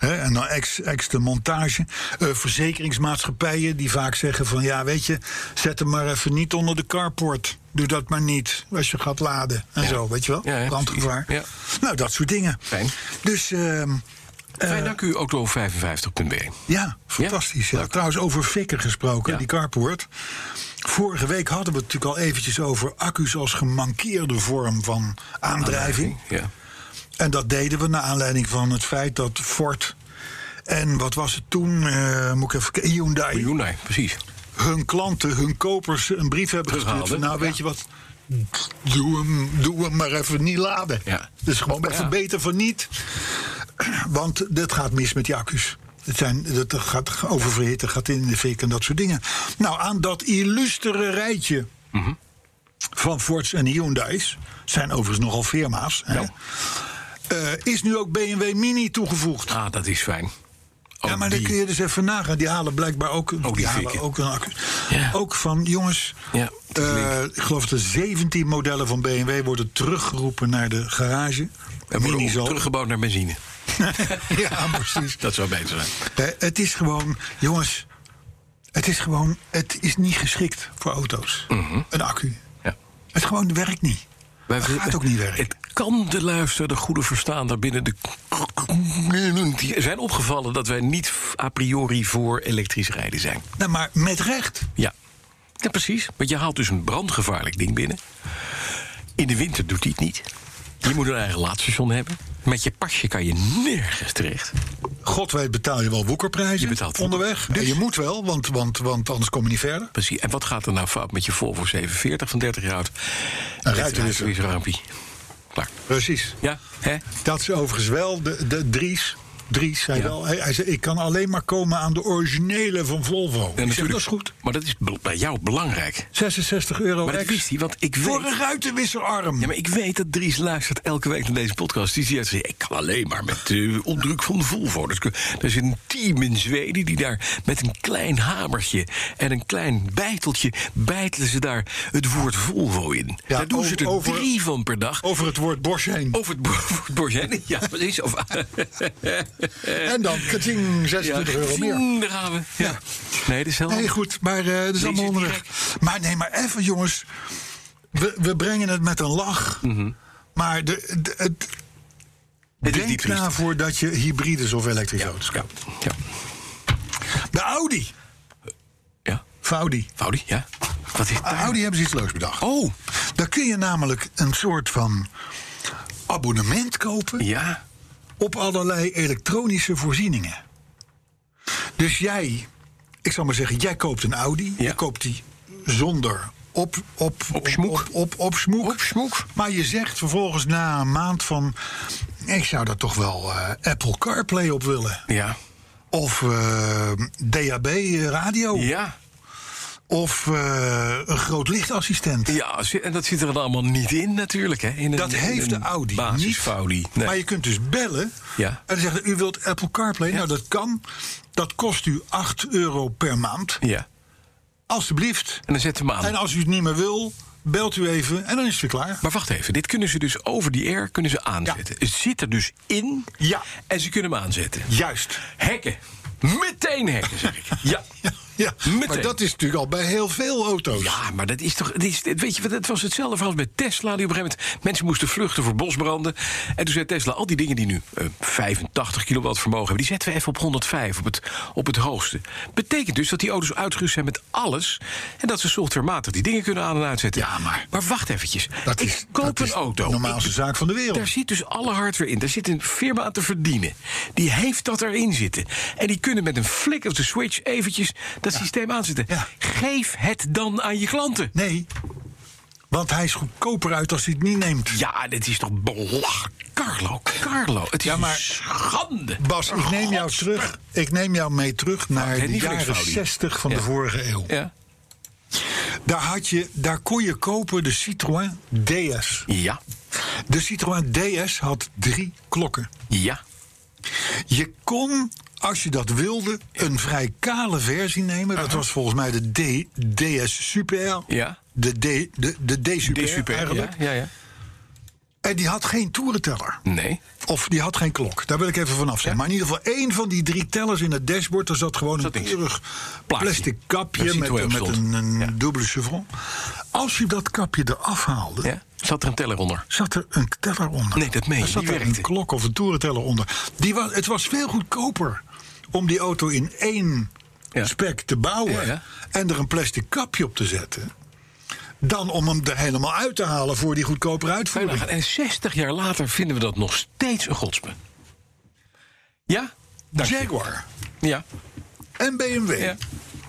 He, en dan ex, ex de montage. Uh, verzekeringsmaatschappijen die vaak zeggen van... ja, weet je, zet hem maar even niet onder de carport. Doe dat maar niet als je gaat laden. En ja. zo, weet je wel? Ja, ja, brandgevaar. Ja. Nou, dat soort dingen. Fijn. Dus... Uh, Fijn, uh, dank u, auto vijfenvijftig punt b e. Ja, fantastisch. Ja. Ja. Trouwens, over fikken gesproken, ja. die carport. Vorige week hadden we het natuurlijk al eventjes over... accu's als gemankeerde vorm van aandrijving. Ja. En dat deden we naar aanleiding van het feit dat Ford... en wat was het toen? Uh, moet ik even Hyundai. Hyundai, precies. Hun klanten, hun kopers een brief hebben gestuurd van... nou, weet ja. je wat... Doe hem, doe hem maar even niet laden. Ja. Dus gewoon even ja. beter van niet... Want dat gaat mis met die accu's. Het zijn, dat gaat oververhitten, gaat in de fik en dat soort dingen. Nou, aan dat illustere rijtje mm-hmm. van Fords en Hyundai's... zijn overigens nogal firma's... Ja. Uh, is nu ook B M W Mini toegevoegd. Ah, dat is fijn. Ook ja, maar die... dan kun je dus even nagaan. Die halen blijkbaar ook, ook, die die halen ook een accu. Ja. Ook van, jongens... Ja, uh, ik geloof dat zeventien modellen van B M W worden teruggeroepen naar de garage. En worden ook teruggebouwd naar benzine. Ja, precies. Dat zou beter zijn. Uh, het is gewoon, jongens, het is gewoon, het is niet geschikt voor auto's. Mm-hmm. Een accu. Ja. Het gewoon werkt niet. Wij, het gaat ook niet werken. Het kan de luister, de goede verstaander binnen de... Die zijn opgevallen dat wij niet a priori voor elektrisch rijden zijn. Nou, maar met recht. Ja. Ja, precies. Want je haalt dus een brandgevaarlijk ding binnen. In de winter doet hij het niet. Je moet een eigen laadstation hebben. Met je pasje kan je nergens terecht. God weet betaal je wel woekerprijzen je betaalt onderweg. Dus. En je moet wel, want, want, want anders kom je niet verder. Precies. En wat gaat er nou fout met je Volvo zevenenveertig van dertig jaar oud? Een ruitenwisser. Klaar. Precies. Ja, hè? Dat is overigens wel de, de Dries... Dries zei ja. wel, hij, hij zei, ik kan alleen maar komen aan de originele van Volvo. Ja, zeg, dat is goed. Maar dat is bij jou belangrijk. zesenzestig euro maar dat wist hij, want ik weet... Voor een ruitenwisserarm. Ja, maar ik weet dat Dries luistert elke week naar deze podcast. Die zegt, ik kan alleen maar met de uh, opdruk van de Volvo. Dus, er is een team in Zweden die daar met een klein hamertje en een klein bijteltje bijtelen ze daar het woord Volvo in. Ja, daar doen over, ze er over, drie van per dag. Over het woord Bosch heen. Over het, over het Bosch heen, ja, precies. Of, en dan, kating, zesentwintig euro meer. Daar gaan we. Ja. Ja. Nee, dat is helemaal... Nee, goed, maar uh, dat is allemaal onderweg. Maar nee, maar even jongens. We, we brengen het met een lach. Mm-hmm. Maar de, de, het, het denk daarvoor dat je hybrides of elektrische auto's ja. koopt. Ja. De Audi. Ja. Audi. Audi, ja. Wat is daar? Audi hebben ze iets leuks bedacht. Oh. Daar kun je namelijk een soort van abonnement kopen. Ja. Op allerlei elektronische voorzieningen. Dus jij, ik zal maar zeggen, jij koopt een Audi. Ja. Je koopt die zonder op, op, op, smoek. op, op, op, smoek. op smoek. Maar je zegt vervolgens na een maand van... ik zou daar toch wel uh, Apple CarPlay op willen. Ja. Of uh, D A B radio. Ja. Of uh, een groot lichtassistent. Ja, en dat zit er dan allemaal niet in natuurlijk. Hè? In een, dat heeft de Audi niet. Audi. Nee. Maar je kunt dus bellen. Ja. En dan zeggen u wilt Apple CarPlay. Ja. Nou, dat kan. Dat kost u acht euro per maand. Ja. Alsjeblieft. En dan zet hem aan. En als u het niet meer wil, belt u even en dan is het weer klaar. Maar wacht even, dit kunnen ze dus over die air kunnen ze aanzetten. Ja. Het zit er dus in. Ja. En ze kunnen hem aanzetten. Juist. Hekken. Meteen hekken, zeg ik. Ja. Ja. Ja, maar dat is natuurlijk al bij heel veel auto's. Ja, maar dat is toch... Dat is, weet je, het was hetzelfde als met Tesla. Die op een gegeven moment mensen moesten vluchten voor bosbranden. En toen zei Tesla, al die dingen die nu uh, vijfentachtig kilowatt vermogen hebben... die zetten we even op honderdvijf, op het, op het hoogste. Betekent dus dat die auto's uitgerust zijn met alles... en dat ze softwarematig die dingen kunnen aan- en uitzetten. Ja, maar... Maar wacht eventjes. Dat ik is, koop dat een is auto. de normaalste ik, zaak van de wereld. Daar zit dus alle hardware in. Daar zit een firma aan te verdienen. Die heeft dat erin zitten. En die kunnen met een flick of de switch eventjes dat ja. systeem aanzetten. Ja. Geef het dan aan je klanten. Nee, want hij is goedkoper uit als hij het niet neemt. Ja, dit is toch belachelijk. Carlo, Carlo, het is ja, maar, schande. Bas, ik neem jou terug. Ik neem jou mee terug naar de jaren zestig van ja. de vorige eeuw. Ja. Daar, had je, daar kon je kopen de Citroën D S. Ja. De Citroën D S had drie klokken. Ja. Je kon... Als je dat wilde, een vrij kale versie nemen. Dat uh-huh. was volgens mij de D, D. D. S. Super. Ja. De D, de, de D Super, D Super eigenlijk. Ja, ja, ja. En die had geen toerenteller. Nee. Of die had geen klok. Daar wil ik even vanaf zijn. Ja. Maar in ieder geval één van die drie tellers in het dashboard. Daar zat gewoon Zat een niks. keurig Plaatje. plastic kapje Dat ziet met, hoe hij met op een, stond. een Ja. dubbele chevron. Als je dat kapje eraf haalde, Ja? Zat er een teller onder? zat er een teller onder. Nee, dat meen je. Er zat Die er werkte. een klok of een toerenteller onder. Die was, het was veel goedkoper om die auto in één Ja. spec te bouwen... Ja, ja. en er een plastic kapje op te zetten... dan om hem er helemaal uit te halen voor die goedkopere Kan je uitvoering. nagaan. En zestig jaar later vinden we dat nog steeds een godspe. Ja? Dank je. Jaguar Ja. en B M W Ja.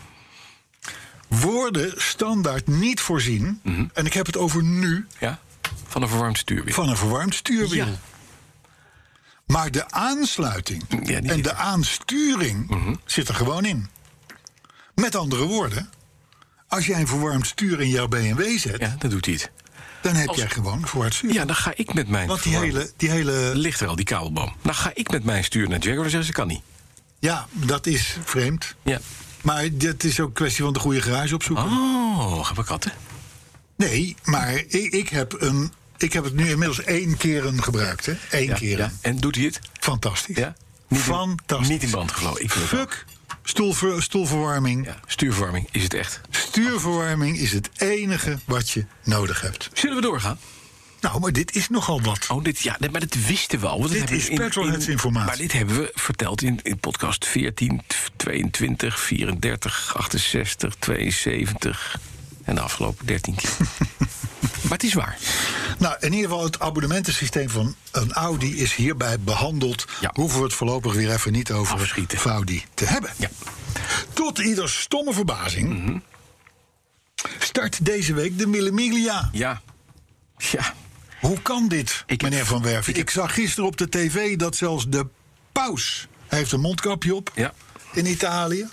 worden standaard niet voorzien... Mhm. en ik heb het over nu, Ja. Van een verwarmd stuurwiel. van een verwarmd stuurwiel. Ja. Maar de aansluiting Ja, die en zit de er. aansturing Mhm. zit er gewoon in. Met andere woorden, als jij een verwarmd stuur in jouw B M W zet... Ja, dat doet hij het. dan heb Als- jij gewoon een verwarmd stuur. Ja, dan ga ik met mijn... Want die verwarmd- hele, die hele... Ligt er al, die kabelboom. Dan ga ik met mijn stuur naar Jaguar en zeggen ze kan niet. Ja, dat is vreemd. Ja. Maar dit is ook een kwestie van de goede garage opzoeken. Oh, gaan we katten? Nee, maar ik, ik, heb een, ik heb het nu inmiddels één keer een gebruikt. Hè? Eén Ja, keer. ja. een. En doet hij het? Fantastisch. Ja? Niet in- Fantastisch. Niet in brand gelopen. Ik vind het ook. Fuck stoelver, stoelverwarming. Ja, stuurverwarming is het echt. Stuurverwarming is het enige wat je nodig hebt. Zullen we doorgaan? Nou, maar dit is nogal wat. Oh, dit, ja, nee, maar dat wisten we al. want dat Dit hebben is we in- Petrolheads in- informatie. Maar dit hebben we verteld in, in podcast veertien, tweeëntwintig, vierendertig, achtenzestig, tweeënzeventig... en de afgelopen dertien keer. Maar het is waar. Nou, in ieder geval het abonnementensysteem van een Audi is hierbij behandeld. Ja. Hoeven we het voorlopig weer even niet over Afschieten. Audi te hebben. Ja. Tot ieder stomme verbazing start deze week de Mille Miglia. Ja. Ja. Hoe kan dit, Ik meneer heb- Van Werven? ik Ik, heb- zag gisteren op de tv dat zelfs de paus heeft een mondkapje op Ja. in Italië.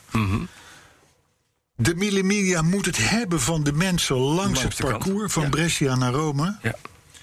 De Mille Miglia moet het hebben van de mensen langs, Langs het de kant. parcours van Ja. Brescia naar Rome. Ja.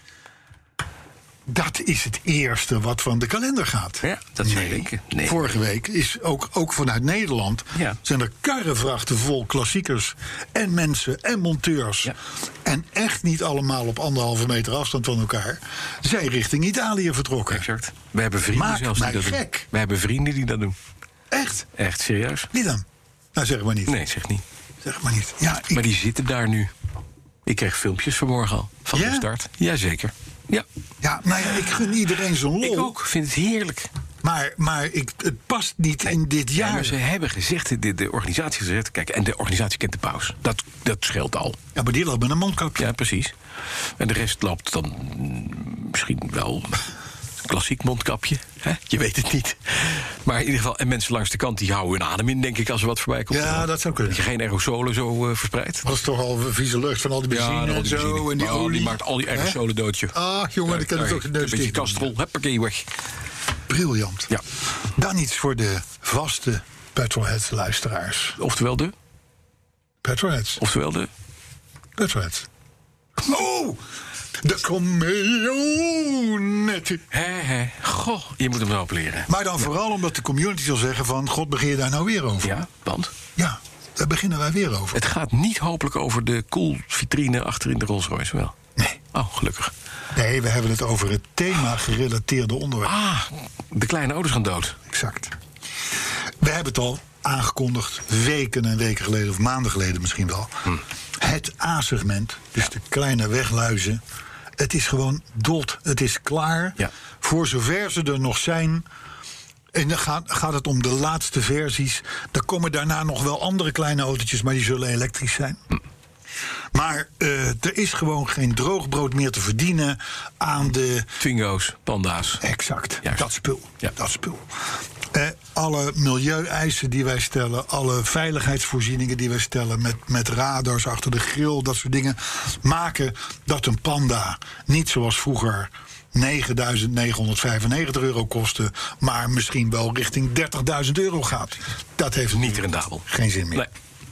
Dat is het eerste wat van de kalender gaat. Ja, dat zou je denken. Nee. Vorige week is ook, ook vanuit Nederland Ja. zijn er karrevrachten vol klassiekers en mensen en monteurs. Ja. En echt niet allemaal op anderhalve meter afstand van elkaar. Zijn richting Italië vertrokken. Exact. We hebben vrienden Maakt zelfs die mij dat doen. gek. We hebben vrienden die dat doen. Echt? Echt serieus? Wie dan? Nou, zeg maar niet. Nee, zeg niet. Zeg maar niet. Ja, ik, Maar die zitten daar nu. Ik kreeg filmpjes vanmorgen al. Van Ja? de start. Jazeker. Ja, ja, nou ja, ik gun iedereen zijn lol. ik ook. Vind het heerlijk. Maar, maar ik, het past niet in dit Ja, jaar. maar ze hebben gezegd, de, de organisatie heeft gezegd... Kijk, en de organisatie kent de paus. Dat, dat scheelt al. Ja, maar die loopt met een mondkapje. Ja, precies. En de rest loopt dan mm, misschien wel een klassiek mondkapje. Hè? Je weet het niet. Maar in ieder geval, en mensen langs de kant die houden hun adem in, denk ik, als er wat voorbij komt. Ja, dat zou kunnen. Dat je geen aerosolen zo uh, verspreidt. Dat is toch al vieze lucht van al die benzine al en die zo. benzine. En die Oh, olie. die maakt al die Hè? aerosolen doodje. Ah, jongen, dan kan het ook een neus Een beetje dicht doen. kastrol, huppakee, weg. Briljant. Ja. Dan iets voor de vaste Petrolheads-luisteraars. Oftewel de, Petrolheads. oftewel de... Petrolheads. Oh! De community. Hè, hè. Goh, je moet hem nou opleren. Maar dan vooral omdat de community zal zeggen van... God, begin je daar nou weer over? Ja, want Ja, daar beginnen wij weer over. het gaat niet hopelijk over de koelvitrine achter in de Rolls Royce wel. Nee. Oh, gelukkig. Nee, we hebben het over het thema-gerelateerde onderwerp. Ah, de kleine auto's gaan dood. Exact. We hebben het al aangekondigd, weken en weken geleden... of maanden geleden misschien wel. Het A-segment, dus de kleine wegluizen... het is gewoon dot. Het is klaar. Ja. Voor zover ze er nog zijn... en dan gaat, gaat het om de laatste versies. Er komen daarna nog wel andere kleine autootjes... maar die zullen elektrisch zijn. Maar uh, er is gewoon geen droogbrood meer te verdienen... aan de Twingo's, panda's. Exact, Juist. dat spul. Ja. Dat spul. Eh, alle milieueisen die wij stellen, alle veiligheidsvoorzieningen die wij stellen... Met, met radars achter de grill, dat soort dingen... maken dat een Panda niet zoals vroeger negenduizend negenhonderdvijfennegentig euro kostte... maar misschien wel richting dertigduizend euro gaat. Dat heeft Niet rendabel. geen zin meer. Nee.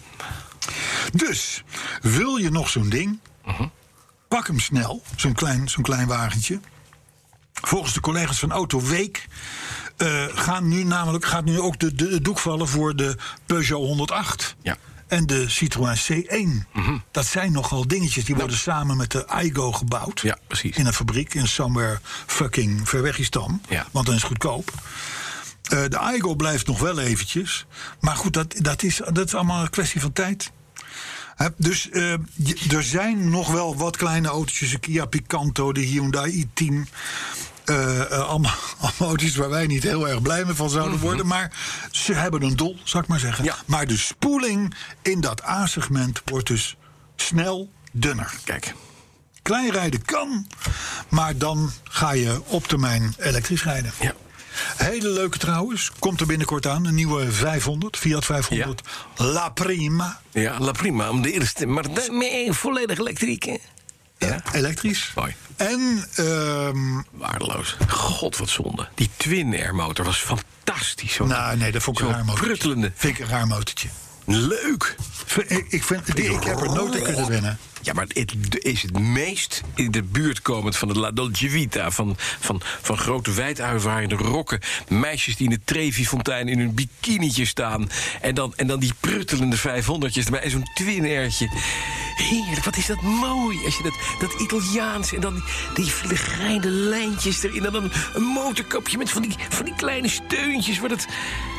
Dus, wil je nog zo'n ding? Mhm. Pak hem snel, zo'n klein, zo'n klein wagentje. Volgens de collega's van Autoweek uh, gaan nu namelijk, gaat nu ook de, de, de doek vallen voor de Peugeot honderdacht. Ja. en de Citroën C één. Mm-hmm. Dat zijn nogal dingetjes. Die worden samen met de Aygo gebouwd. Ja, precies. In een fabriek in somewhere fucking Verwegistan. Ja. Want dan is het goedkoop. Uh, de Aygo blijft nog wel eventjes. Maar goed, dat, dat, is, dat is allemaal een kwestie van tijd. He, dus uh, je, er zijn nog wel wat kleine autootjes. De Kia Picanto, de Hyundai i tien. Uh, uh, allemaal, allemaal auto's waar wij niet heel erg blij mee van zouden mm-hmm. worden. Maar ze hebben een doel, zal ik maar zeggen. Ja. Maar de spoeling in dat A-segment wordt dus snel dunner. Kijk. Klein rijden kan, maar dan ga je op termijn elektrisch rijden. Ja. Hele leuke trouwens, komt er binnenkort aan. Een nieuwe vijfhonderd, Fiat vijfhonderd. Ja. La Prima. Ja, La Prima, om de eerste. Maar de, volledig elektriek, hè? Ja. Ja, elektrisch. Mooi. En um, waardeloos. God, wat zonde. Die Twin-Air motor was fantastisch. Zo, nou, nee, dat vond ik een raar motortje. Pruttelende. Vind ik een raar motortje. Leuk. Ik, ik, vind, ik heb er nooit in kunnen wennen. Ja, maar het is het meest in de buurt komend van de La Dolce Vita. Van, van, van grote wijduiverharende rokken. Meisjes die in het Trevi-fontein in hun bikinietje staan. En dan, en dan die pruttelende vijfhonderdjes erbij. En zo'n Twin-Airtje. Heerlijk, wat is dat mooi. Als je dat, dat Italiaans en dan die, die filigrijne lijntjes erin. En dan een motorkapje met van die, van die kleine steuntjes. Waar dat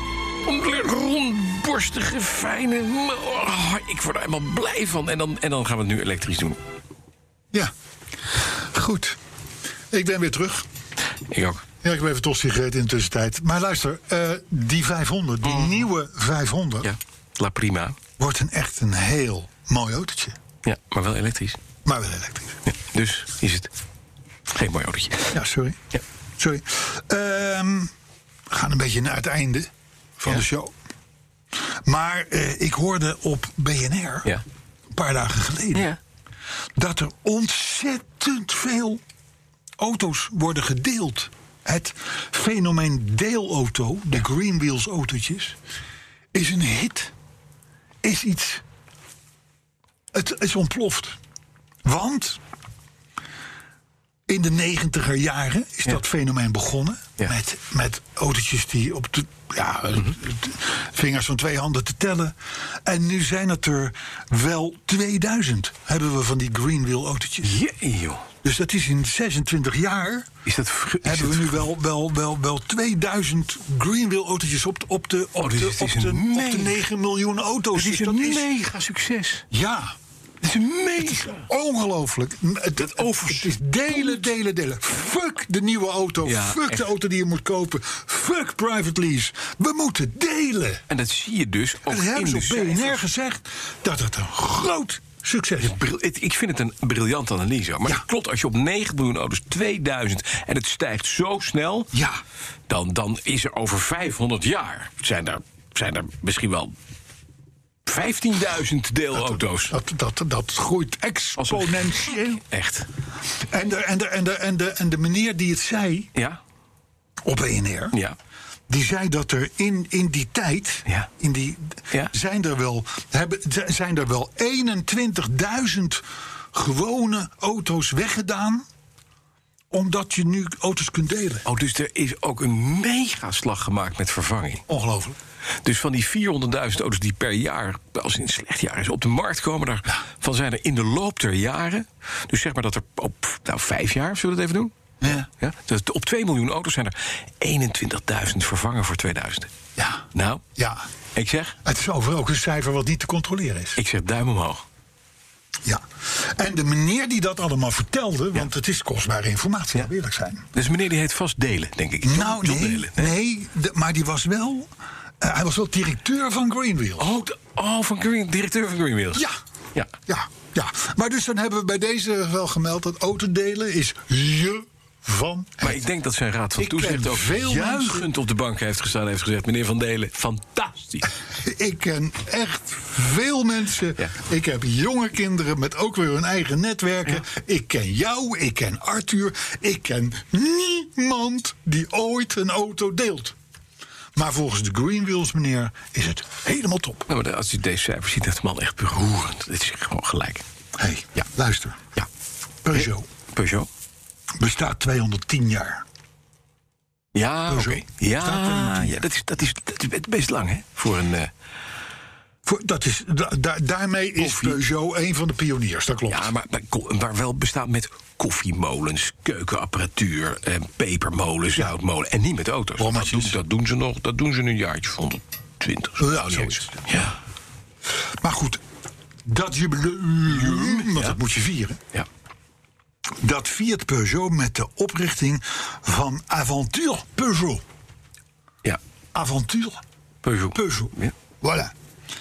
rondborstige, fijne. Oh, ik word er helemaal blij van. En dan, en dan gaan we het nu elektrisch doen. Ja, goed. Ik ben weer terug. Ik ook. Ja, ik heb even tosti gegeten in de tussentijd. Maar luister, uh, die vijfhonderd, die mm. nieuwe vijfhonderd... Ja, La Prima. Wordt een echt een heel mooi autootje. Ja, maar wel elektrisch. Maar wel elektrisch. Ja, dus is het geen mooi autootje. Ja, sorry. Ja. Sorry. Um, we gaan een beetje naar het einde van ja. de show. Maar uh, ik hoorde op B N R, ja. een paar dagen geleden... Ja. dat er ontzettend veel auto's worden gedeeld. Het fenomeen deelauto, de ja. Green Wheels autootjes, is een hit. Is iets... Het is ontploft. Want in de negentiger jaren is ja. dat fenomeen begonnen. Ja. Met, met autootjes die op de ja, mm-hmm. vingers van twee handen te tellen. En nu zijn het er wel tweeduizend. Hebben we van die Greenwheel autootjes. Jee, joh. Dus dat is in zesentwintig jaar. Is dat is hebben we nu wel, wel, wel, wel tweeduizend Greenwheel autootjes op de, op de, op de, op de, op de negen miljoen auto's. Dat is een dus mega succes. Ja. Het is een mega. Ongelooflijk. Het, het, het is delen, delen, delen. Fuck de nieuwe auto. Ja, Fuck echt. De auto die je moet kopen. Fuck private lease. We moeten delen. En dat zie je dus ook en in hebben de ze op B N R gezegd dat het een groot succes is. Ik vind het een briljante analyse. Maar ja. het klopt, als je op negen miljoen auto's tweeduizend... en het stijgt zo snel... Ja. Dan, dan is er over vijfhonderd jaar... zijn er, zijn er misschien wel... vijftienduizend deelauto's. Dat, dat, dat, dat groeit exponentieel. Echt. En de, en, de, en, de, en, de, en de meneer die het zei... Ja. Op B N R... Ja. Die zei dat er in, in die tijd... Ja. In die, ja. zijn, er wel, hebben, zijn er wel eenentwintigduizend gewone auto's weggedaan... omdat je nu auto's kunt delen. Oh, dus er is ook een megaslag gemaakt met vervanging. Ongelooflijk. Dus van die vierhonderdduizend auto's die per jaar, als in een slecht jaar is, op de markt komen, daarvan zijn er in de loop der jaren, dus zeg maar dat er op nou, vijf jaar, zullen we het even doen? Ja. Ja? Dus op twee miljoen auto's zijn er eenentwintigduizend vervangen voor tweeduizend. Ja. Nou, ja. ik zeg... Het is overigens ook een cijfer wat niet te controleren is. Ik zeg duim omhoog. Ja. En de meneer die dat allemaal vertelde, want ja. het is kostbare informatie, ja. eerlijk zijn. Dus meneer die heet vast Delen, denk ik. Nou, nee, Delen, nee. nee de, maar die was wel... Uh, hij was wel directeur van Greenwheels. Oh, de, oh van Green, directeur van Greenwheels. Ja. Ja. ja, ja. Maar dus dan hebben we bij deze wel gemeld dat autodelen is je van. Maar ik denk dat zijn raad van toezicht ook veel juichend mensen... op de bank heeft gestaan en heeft gezegd: meneer Van Delen, fantastisch. Ik ken echt veel mensen. Ja. Ik heb jonge kinderen met ook weer hun eigen netwerken. Ja. Ik ken jou, ik ken Arthur. Ik ken niemand die ooit een auto deelt. Maar volgens de Greenwheels, meneer, is het helemaal top. Nou, maar als u deze cijfers ziet, is de man echt beroerend. Dit is gewoon gelijk. Hé, hey, ja. luister. Ja. Peugeot. Peugeot. Bestaat tweehonderdtien jaar. Ja, oké. Okay. Ja, ja dat, is, dat, is, dat is best lang, hè? Voor een... Uh... Voor, dat is, da, da, daarmee is Koffie. Peugeot een van de pioniers, dat klopt. Ja, maar maar ko- waar wel bestaat met koffiemolens, keukenapparatuur, eh, pepermolen, zoutmolen. En niet met auto's. Dat Bommetjes. doen, dat doen ze nog. Dat doen ze een jaartje van honderdtwintig. Ja, Nou, niet zoiets. eens. Ja. Maar goed, dat jubileum, want Ja. dat moet je vieren. Ja. Dat viert Peugeot met de oprichting van Aventure Peugeot. Ja. Aventure Peugeot. Peugeot. Ja. Voilà.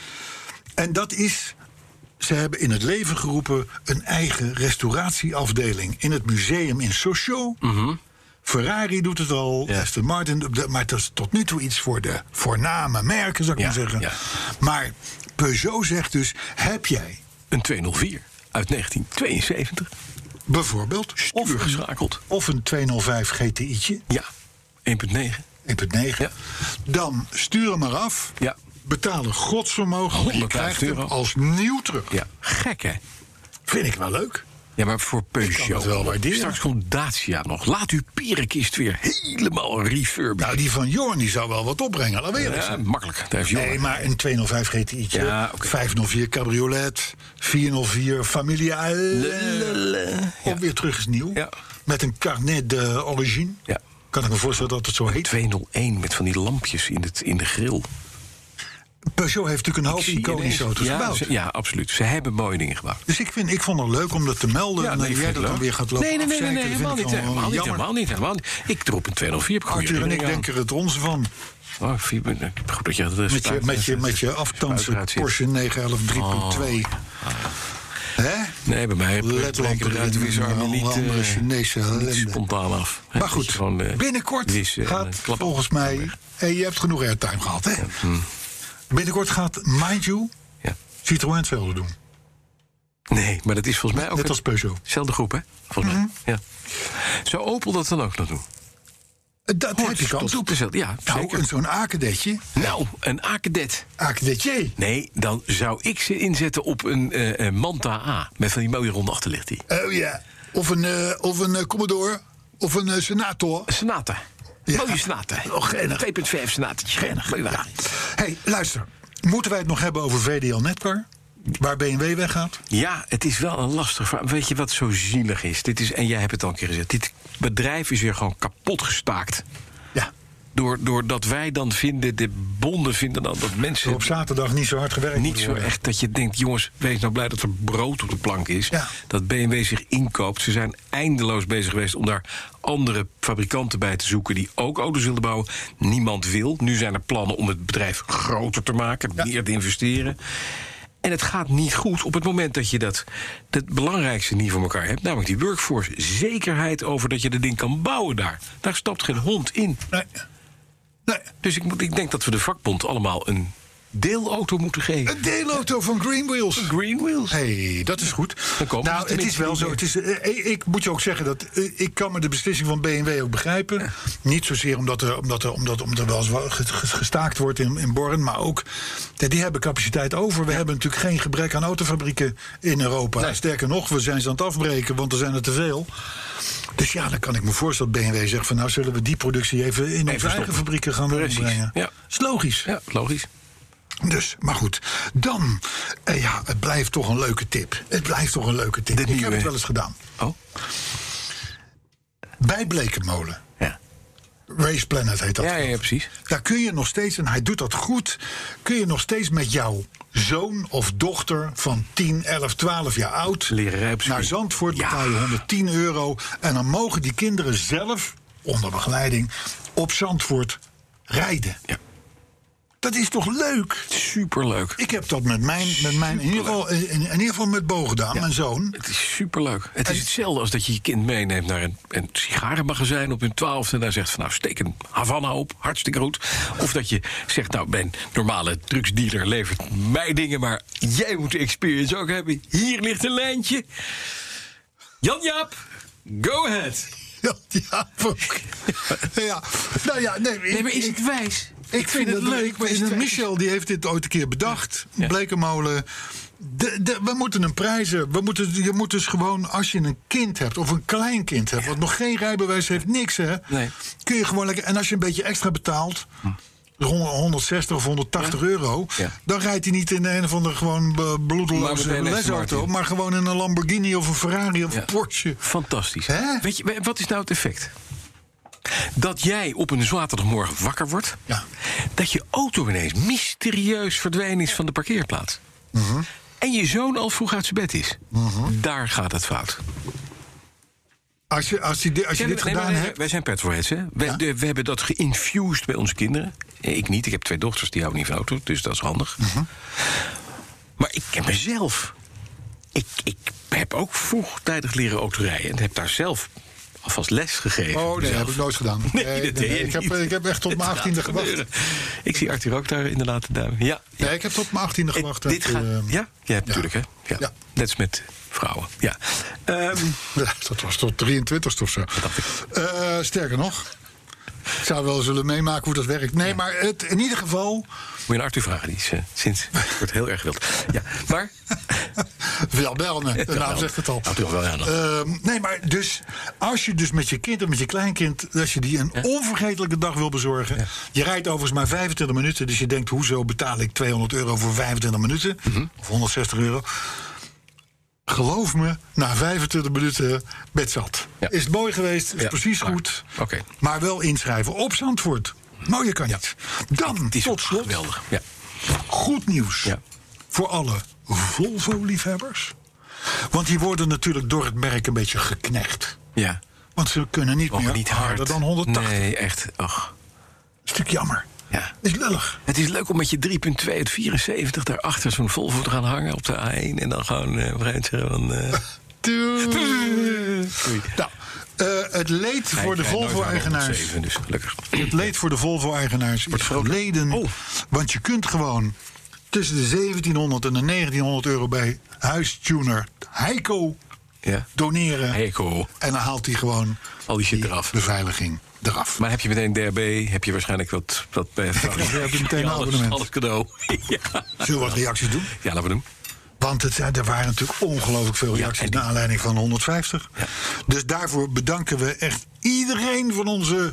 En dat is, ze hebben in het leven geroepen een eigen restauratieafdeling in het museum in Sochaux. Ferrari doet het al, Mhm. Ja. Aston Martin, de- maar het is tot nu toe iets voor de voorname merken, zou ik Ja, maar zeggen. ja. Maar Peugeot zegt dus, heb jij Een tweehonderdvier uit negentien tweeënzeventig. bijvoorbeeld of Stuur een, geschakeld. of een tweehonderdvijf G T I'tje, Ja. één komma negen. één komma negen, Ja. dan stuur hem maar af, Ja. betalen godsvermogen, je honderdduizend krijgt hem euro. als nieuw terug. Ja. Gek, hè? Vind ik wel leuk. Ja, maar voor Peugeot. het wel waarderen. Straks komt Dacia nog. Laat uw pierenkist weer helemaal refurbish. Nou, die van Jorn die zou wel wat opbrengen, laat eerlijk Ja, zijn. makkelijk. Daar heeft Jorn. Nee, maar een tweehonderdvijf G T I'tje, Ja, oké. vijfhonderdvier cabriolet, vierhonderdvier familiale. Lelele. Op weer terug is nieuw. Ja. Met een carnet de origine. Ja. Kan ik me voorstellen dat het zo heet. tweehonderdéén met van die lampjes in, het, in de grill. Peugeot heeft natuurlijk een hoop Ik zie iconische ineens- auto's ja, gebouwd. ze- ja, absoluut. Ze hebben mooie dingen gebouwd. Dus ik, vind, ik vond het leuk om dat te melden. Ja, en nee, dat ik jij vind dat het dan leuk. weer gaat lopen Nee, nee, nee, nee, afzeiken, nee, dat helemaal vind niet. ik wel Helemaal niet, jammer. helemaal niet, helemaal niet. Ik erop een tweehonderdvier. Heb ik goede Arthur en ik herinneringen denken er het onze van. aan. Oh, vier, goed dat je dat Met je, met je, met je aftansen Porsche negen elf drie punt twee. Hè? Nee, bij mij Ledlampen uit de erin, wisarmen niet, andere eh, Chinese niet ellende. spontaan af. Hè, Maar dat goed, je gewoon, eh, binnenkort wissen en gaat een klap af. volgens mij... Hey, je hebt genoeg airtime gehad, hè? Binnenkort gaat, mind you, Ja. Citroën hetzelfde doen. Nee, maar dat is volgens mij ook Net als Peugeot. dezelfde groep, hè? Volgens mij. Ja. Zou Opel dat dan ook nog doen? Dat heb je kans Tot op. dezelfde- Ja, Nou, zeker. een- zo'n A-kadetje. Nou, een A-cadet. A-kadetje. Nee, dan zou ik ze inzetten op een eh, eh, Manta A. Met van die mooie ronde achterlicht die. Oh ja. Of een, eh, of een eh, Commodore. Of een eh, Senator. Een Sonata. Ja. Mooie Sonata. Oh, geinig. twee komma vijf Sonatetje. Geinig. Mooie Ja. wagen. Hey, luister. Moeten wij het nog hebben over V D L Netcar? Waar B M W weggaat? Ja, het is wel een lastig verhaal. Weet je wat zo zielig is? Dit is? En jij hebt het al een keer gezegd. Dit bedrijf is weer gewoon kapot gestaakt. Ja. Door, doordat wij dan vinden, de bonden vinden dan dat mensen... Op zaterdag niet zo hard gewerkt Niet moet zo worden. echt dat je denkt, jongens, wees nou blij dat er brood op de plank is. Ja. Dat B M W zich inkoopt. Ze zijn eindeloos bezig geweest om daar andere fabrikanten bij te zoeken die ook auto's wilden bouwen. Niemand wil. Nu zijn er plannen om het bedrijf groter te maken, Ja. meer te investeren. En het gaat niet goed op het moment dat je dat het belangrijkste niet voor elkaar hebt, namelijk die workforce. Zekerheid over dat je de ding kan bouwen daar. Daar stapt geen hond in. Nee. Nee. Dus ik, moet, ik denk dat we de vakbond allemaal een deelauto moeten geven. Een deelauto van Green Wheels. Green Wheels. Hey, dat is goed. Dan komen Nou, ze het is tenminste wel niet zo. meer. Het is, eh, ik moet je ook zeggen dat eh, ik kan me de beslissing van B M W ook begrijpen. Niet zozeer omdat er, omdat er, omdat, omdat er wel eens wat ge- ge- gestaakt wordt in, in Born, maar ook ja, die hebben capaciteit over. We hebben natuurlijk geen gebrek aan autofabrieken in Europa. Nee. Sterker nog, we zijn ze aan het afbreken, want er zijn er te veel. Dus ja, dan kan ik me voorstellen dat B M W zegt van nou zullen we die productie even in onze eigen stoppen. fabrieken gaan Precies, brengen. ja. Is logisch. Ja, logisch. Dus, maar goed. Dan, eh, ja, het blijft toch een leuke tip. Het blijft toch een leuke tip. De Ik nieuwe. heb het wel eens gedaan. Oh, Bij Blekenmolen. ja. Race Planet heet dat. Ja, ja, ja, precies. Daar kun je nog steeds, en hij doet dat goed, kun je nog steeds met jouw zoon of dochter van tien, elf, twaalf jaar oud Leren rijden op naar circuit. Zandvoort Ja. betaal je honderdtien euro. En dan mogen die kinderen zelf, onder begeleiding, op Zandvoort rijden. Ja. Dat is toch leuk? Superleuk. Ik heb dat met mijn, met mijn in, ieder geval, in, in ieder geval met Bo gedaan, mijn zoon. Het is superleuk. Het is hetzelfde als dat je je kind meeneemt naar een, een sigarenmagazijn op hun twaalfde en daar zegt van nou steek een Havana op, hartstikke goed. Of dat je zegt nou mijn normale drugsdealer levert mij dingen, maar jij moet de experience ook hebben. Hier ligt een lijntje. Jan-Jaap, go ahead. Ja, ja, ook. ja. Nou ja, nee, Nee, maar is het wijs? Ik vind het leuk. Maar is het Michel die heeft dit ooit een keer bedacht. Ja. Blekenmolen. De, de, we moeten een prijzen. We moeten, je moet dus gewoon, als je een kind hebt of een kleinkind hebt, wat nog geen rijbewijs heeft, niks hè. Nee. Kun je gewoon lekker. En als je een beetje extra betaalt. honderdzestig of honderdtachtig Ja. euro. Ja. Dan rijdt hij niet in een of andere gewoon be- Maar bloedeloze meteen een lesauto. Martin. Maar gewoon in een Lamborghini of een Ferrari of Ja. een Porsche. Fantastisch. Hè? Weet je, wat is nou het effect? Dat jij op een zaterdagmorgen wakker wordt. Ja. Dat je auto ineens mysterieus verdwenen is van de parkeerplaats. Mhm. En je zoon al vroeg uit zijn bed is. Daar gaat het fout. Als je, als je, di- als je Ja, dit nee, maar gedaan wij- hebt... Wij zijn petrolheads, hè? We, Ja. de- we hebben dat geïnfused bij onze kinderen. Eh, Ik niet, ik heb twee dochters, die houden niet van auto. Dus dat is handig. Mhm. Maar ik ken mezelf. Ik, ik heb ook vroegtijdig leren autorijden. En heb daar zelf alvast les gegeven. Oh, nee, Zelf. heb ik nooit gedaan. Nee, dat deed je ik, heb, niet. ik heb echt tot mijn Het achttiende gaat gewacht. gebeuren. Ik zie Arthur ook daar inderdaad de duim. Ja, ja. Nee, ik heb tot mijn achttiende Eh, gewacht. dit dat, gaat, eh, ja? Ja, natuurlijk, hè? Ja. Ja. Net als met vrouwen. Ja. Ehm, ja, dat was tot drieëntwintigste of zo. dacht ik. Eh, sterker nog. Ik zou wel zullen meemaken hoe dat werkt. Nee, maar het, in ieder geval... Moet je aan Arthur vragen, die is eh, sinds... wordt heel erg wild. Ja, maar... Wel bellen, de naam wel. zegt het al. Arthur wel, ja. dan. Ehm, nee, maar dus als je dus met je kind of met je kleinkind... als je die een Ja. onvergetelijke dag wil bezorgen... Ja. je rijdt overigens maar vijfentwintig minuten... dus je denkt, hoezo betaal ik tweehonderd euro voor vijfentwintig minuten? Mhm. Of honderdzestig euro. Geloof me, na vijfentwintig minuten bed zat. Ja. Is het mooi geweest, is Ja, precies klaar. goed. Oké. Maar wel inschrijven op Zandvoort. Mooier kan niet. Dan, Het is tot ook slot, geweldig. Ja. goed nieuws. Ja. Voor alle Volvo-liefhebbers. Want die worden natuurlijk door het merk een beetje geknecht. Ja. Want ze kunnen niet Mogen meer niet hard. harder dan honderdtachtig. Nee, echt. Ach. Stuk jammer. Ja. Is lullig. Het is leuk om met je drie punt twee uit vierenzeventig daarachter zo'n Volvo te gaan hangen op de A één. En dan gewoon uh, zeggen van... Uh... Doei. Nou, uh, het leed voor de Volvo-eigenaars... Dus gelukkig. Het leed voor de Volvo-eigenaars is geleden. Oh. Want je kunt gewoon tussen de zeventienhonderd en de negentienhonderd euro... bij huistuner Heiko Ja. doneren. Heiko. En dan haalt hij gewoon Al die shit die eraf. beveiliging eraf. Maar heb je meteen D R B, heb je waarschijnlijk wat... wat bij krijg je- heb je meteen een alles, abonnement. alles cadeau. ja. Zullen we wat reacties doen? ja, laten we doen. Want het, zijn- er waren natuurlijk ongelooflijk veel Ja, reacties... en die- naar aanleiding van honderdvijftig. Ja. Dus daarvoor bedanken we echt iedereen van onze...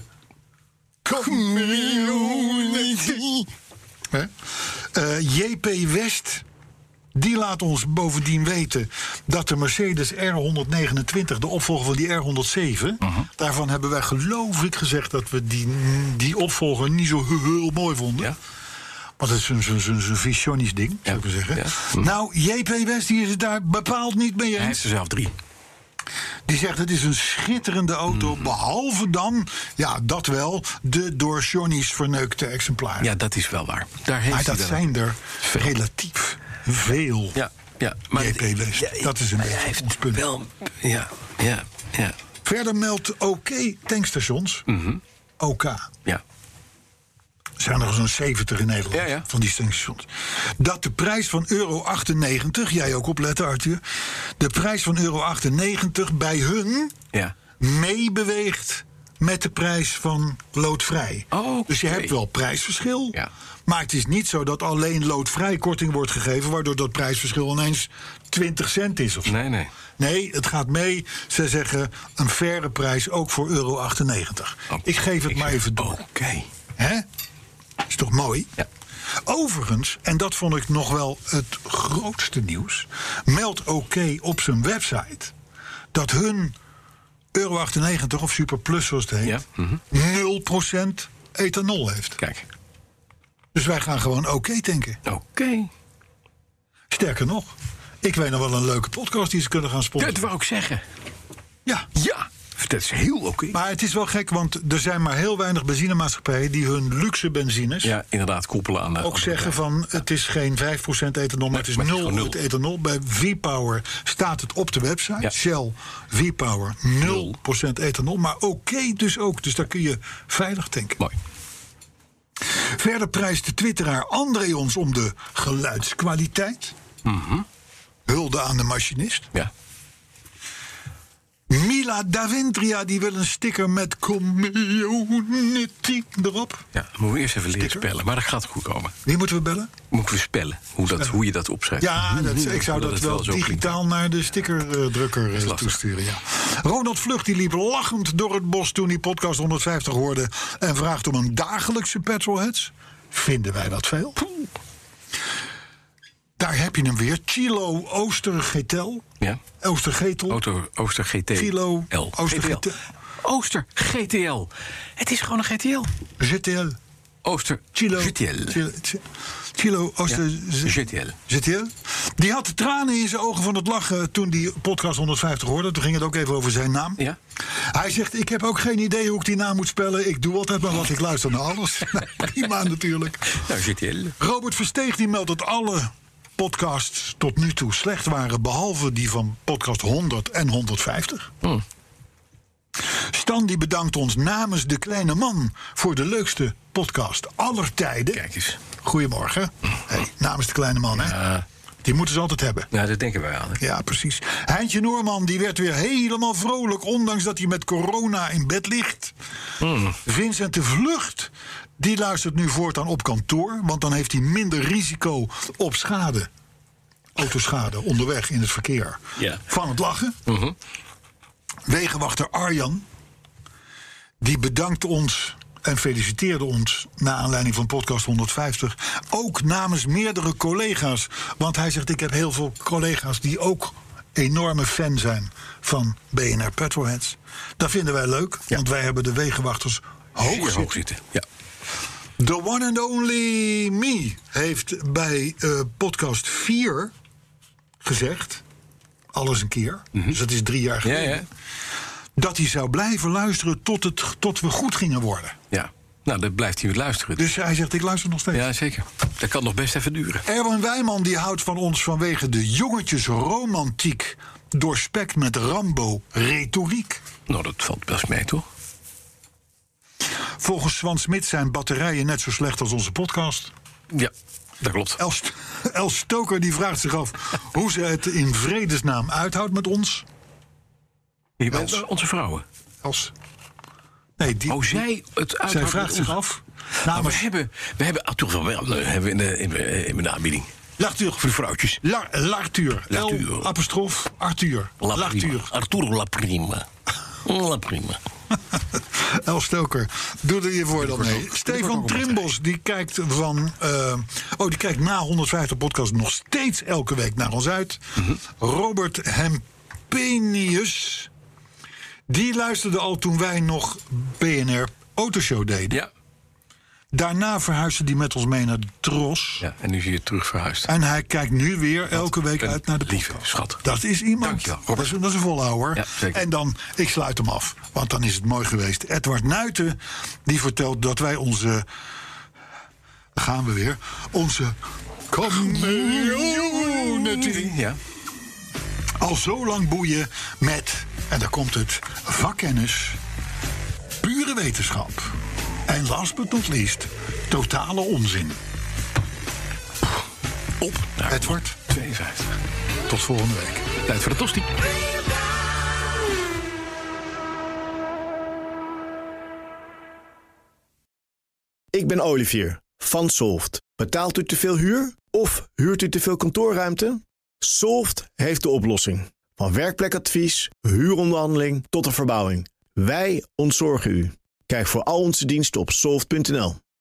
community. Hè? Eh, J P West... Die laat ons bovendien weten dat de Mercedes R honderdnegenentwintig... de opvolger van die R honderdzeven... Mhm. daarvan hebben wij geloof ik gezegd... dat we die, die opvolger niet zo heel mooi vonden. Ja. Want het is zo'n zo, zo, zo visionisch ding, zou ik maar zeggen. Ja. Hm. Nou, J P West die is het daar bepaald niet mee Hij heeft eens. er zelf drie. Die zegt het is een schitterende auto... Hm. behalve dan, ja, dat wel... de door Johnny's verneukte exemplaren. Ja, dat is wel waar. Daar heeft maar hij dat dan- zijn er Veel. relatief veel. Ja, ja. Maar J P West, ja, dat is een maar beetje hij heeft ons punt. wel... Ja, ja, ja. Verder meldt OK tankstations, Mhm. OK... Ja. Er zijn er zo'n zeventig in Nederland Ja, ja. van die tankstations. Dat de prijs van euro achtennegentig, jij ook opletten Arthur... de prijs van euro achtennegentig bij hun Ja. meebeweegt met de prijs van loodvrij. Oh, Dus je oké. hebt wel prijsverschil. Ja. Maar het is niet zo dat alleen loodvrij korting wordt gegeven... waardoor dat prijsverschil ineens twintig cent is of zo. Nee, nee. Nee, het gaat mee. Ze zeggen een faire prijs ook voor euro achtennegentig. Oh, ik geef het ik maar zeg, even door. Oké. Hè? Is toch mooi? Ja. Overigens, en dat vond ik nog wel het grootste nieuws... meldt OK op zijn website... dat hun euro achtennegentig of Super Plus, zoals het heet... Ja, mhm. nul procent ethanol heeft. Kijk. Dus wij gaan gewoon OK tanken. Oké. Sterker nog, ik weet nog wel een leuke podcast die ze kunnen gaan Dat sponsoren. wou ik zeggen. Ja, Ja, dat is heel oké. maar het is wel gek, want er zijn maar heel weinig benzinemaatschappijen... die hun luxe benzines Ja, inderdaad, koppelen aan de... ook aan de- zeggen van... het is geen vijf procent ethanol, maar het is maar het is nul gewoon nul. ethanol. Bij V-Power staat het op de website. Ja. Shell, V-Power, nul procent ethanol. Maar oké dus ook, dus daar kun je veilig tanken. Mooi. Verder prijst de twitteraar André ons om de geluidskwaliteit. Hulde aan de machinist. Ja. Mila Daventria die wil een sticker met community erop. Ja, moeten we eerst even leren Sticker? spellen. Maar dat gaat goed komen. Wie moeten we bellen? Moeten we spellen. Hoe, dat, hoe je dat opschrijft. Ja, dat, ik zou Zodat dat het wel zo klinkt. digitaal naar de stickerdrukker is uh, lastig. toesturen. Ja. Ronald Vlucht die liep lachend door het bos toen hij podcast honderdvijftig hoorde... en vraagt om een dagelijkse Petrolheads. Vinden wij dat veel? Daar heb je hem weer. Chilo Oostergetel. Ja. Oostergetel. Auto, Ooster G T L. Chilo G T L. Oostergetel. Ooster G T L. Het is gewoon een G T L. G T L. Ooster Chilo. G T L. Chilo, Chilo Ooster... Ja. G T L. G T L. Die had de tranen in zijn ogen van het lachen toen die podcast honderdvijftig hoorde. Toen ging het ook even over zijn naam. Ja. Hij zegt, ik heb ook geen idee hoe ik die naam moet spellen. Ik doe altijd maar wat, ik luister naar alles. Prima natuurlijk. Nou, G T L. Robert Versteeg die meldt dat alle podcasts tot nu toe slecht waren, behalve die van podcast honderd en honderdvijftig. Hmm. Stan die bedankt ons namens De Kleine Man voor de leukste podcast aller tijden. Kijk eens. Goedemorgen. Hey, namens De Kleine Man, hè? Ja. Die moeten ze altijd hebben. Nou, dat denken wij aan. Hè? Ja, precies. Heintje Noorman die werd weer helemaal vrolijk, ondanks dat hij met corona in bed ligt. Hmm. Vincent de Vlucht, die luistert nu voortaan op kantoor, want dan heeft hij minder risico op schade. Autoschade onderweg in het verkeer. Ja. Van het lachen. Mm-hmm. Wegenwachter Arjan, die bedankt ons en feliciteerde ons na aanleiding van podcast honderdvijftig. Ook namens meerdere collega's. Want hij zegt, ik heb heel veel collega's die ook enorme fan zijn van B N R Petrolheads. Dat vinden wij leuk, Ja. want wij hebben de wegenwachters hoog Zeer zitten. hoog zitten. Ja. The one and only me heeft bij uh, podcast vier gezegd, alles een keer, mm-hmm. dus dat is drie jaar geleden, Ja, ja. dat hij zou blijven luisteren tot, het, tot we goed gingen worden. Ja. Nou, dan blijft hij weer luisteren. Dus hij zegt, ik luister nog steeds. Ja, zeker. Dat kan nog best even duren. Erwin Wijman die houdt van ons vanwege de jongetjesromantiek, doorspekt met Rambo-retoriek. Nou, dat valt best mee, toch? Volgens Swan Smit zijn batterijen net zo slecht als onze podcast. Ja, dat klopt. Els, Els Stoker die vraagt zich af hoe ze het in vredesnaam uithoudt met ons. Wie bent Els. onze vrouwen? Els. Nee, die, Oh, zij het zij uithoudt vraagt met zich ons. af. Nou, Namens, we hebben, we hebben ah, toch wel, wel eh, hebben we in de, in, de- in de aanbieding. L'arthur. Voor de vrouwtjes. La, L'Arthur. L'Arthur. L apostrof Arthur. La prima. L'Arthur. Arturo La Prima. La Prima. Els Stoker, doe er je voordeel mee. ook- Stefan ook een Trimbos, die kijkt van. Uh, oh, die kijkt na honderdvijftig podcast nog steeds elke week naar ons uit. Mm-hmm. Robert Hempenius. Die luisterde al toen wij nog B N R Autoshow deden. Ja. Daarna verhuisde hij met ons mee naar de Tros. Ja, en nu zie je terug verhuisd. En hij kijkt nu weer elke week een uit naar de lieve podcast. schat. Dat is iemand. Dankjewel, dat, Robert. is, dat is een volhouwer. Ja, zeker. En dan, ik sluit hem af. Want dan is het mooi geweest. Edward Nuiten, die vertelt dat wij onze... Daar gaan we weer. Onze community Ja. al zo lang boeien met... En daar komt het, vakkennis, pure wetenschap. En last but not least, totale onzin. Op naar Edward, tweeënvijftig. tot volgende week. Tijd voor de tosti. Ik ben Olivier van Solft. Betaalt u te veel huur of huurt u te veel kantoorruimte? Solft heeft de oplossing. Van werkplekadvies, huuronderhandeling tot de verbouwing. Wij ontzorgen u. Kijk voor al onze diensten op soft punt n l.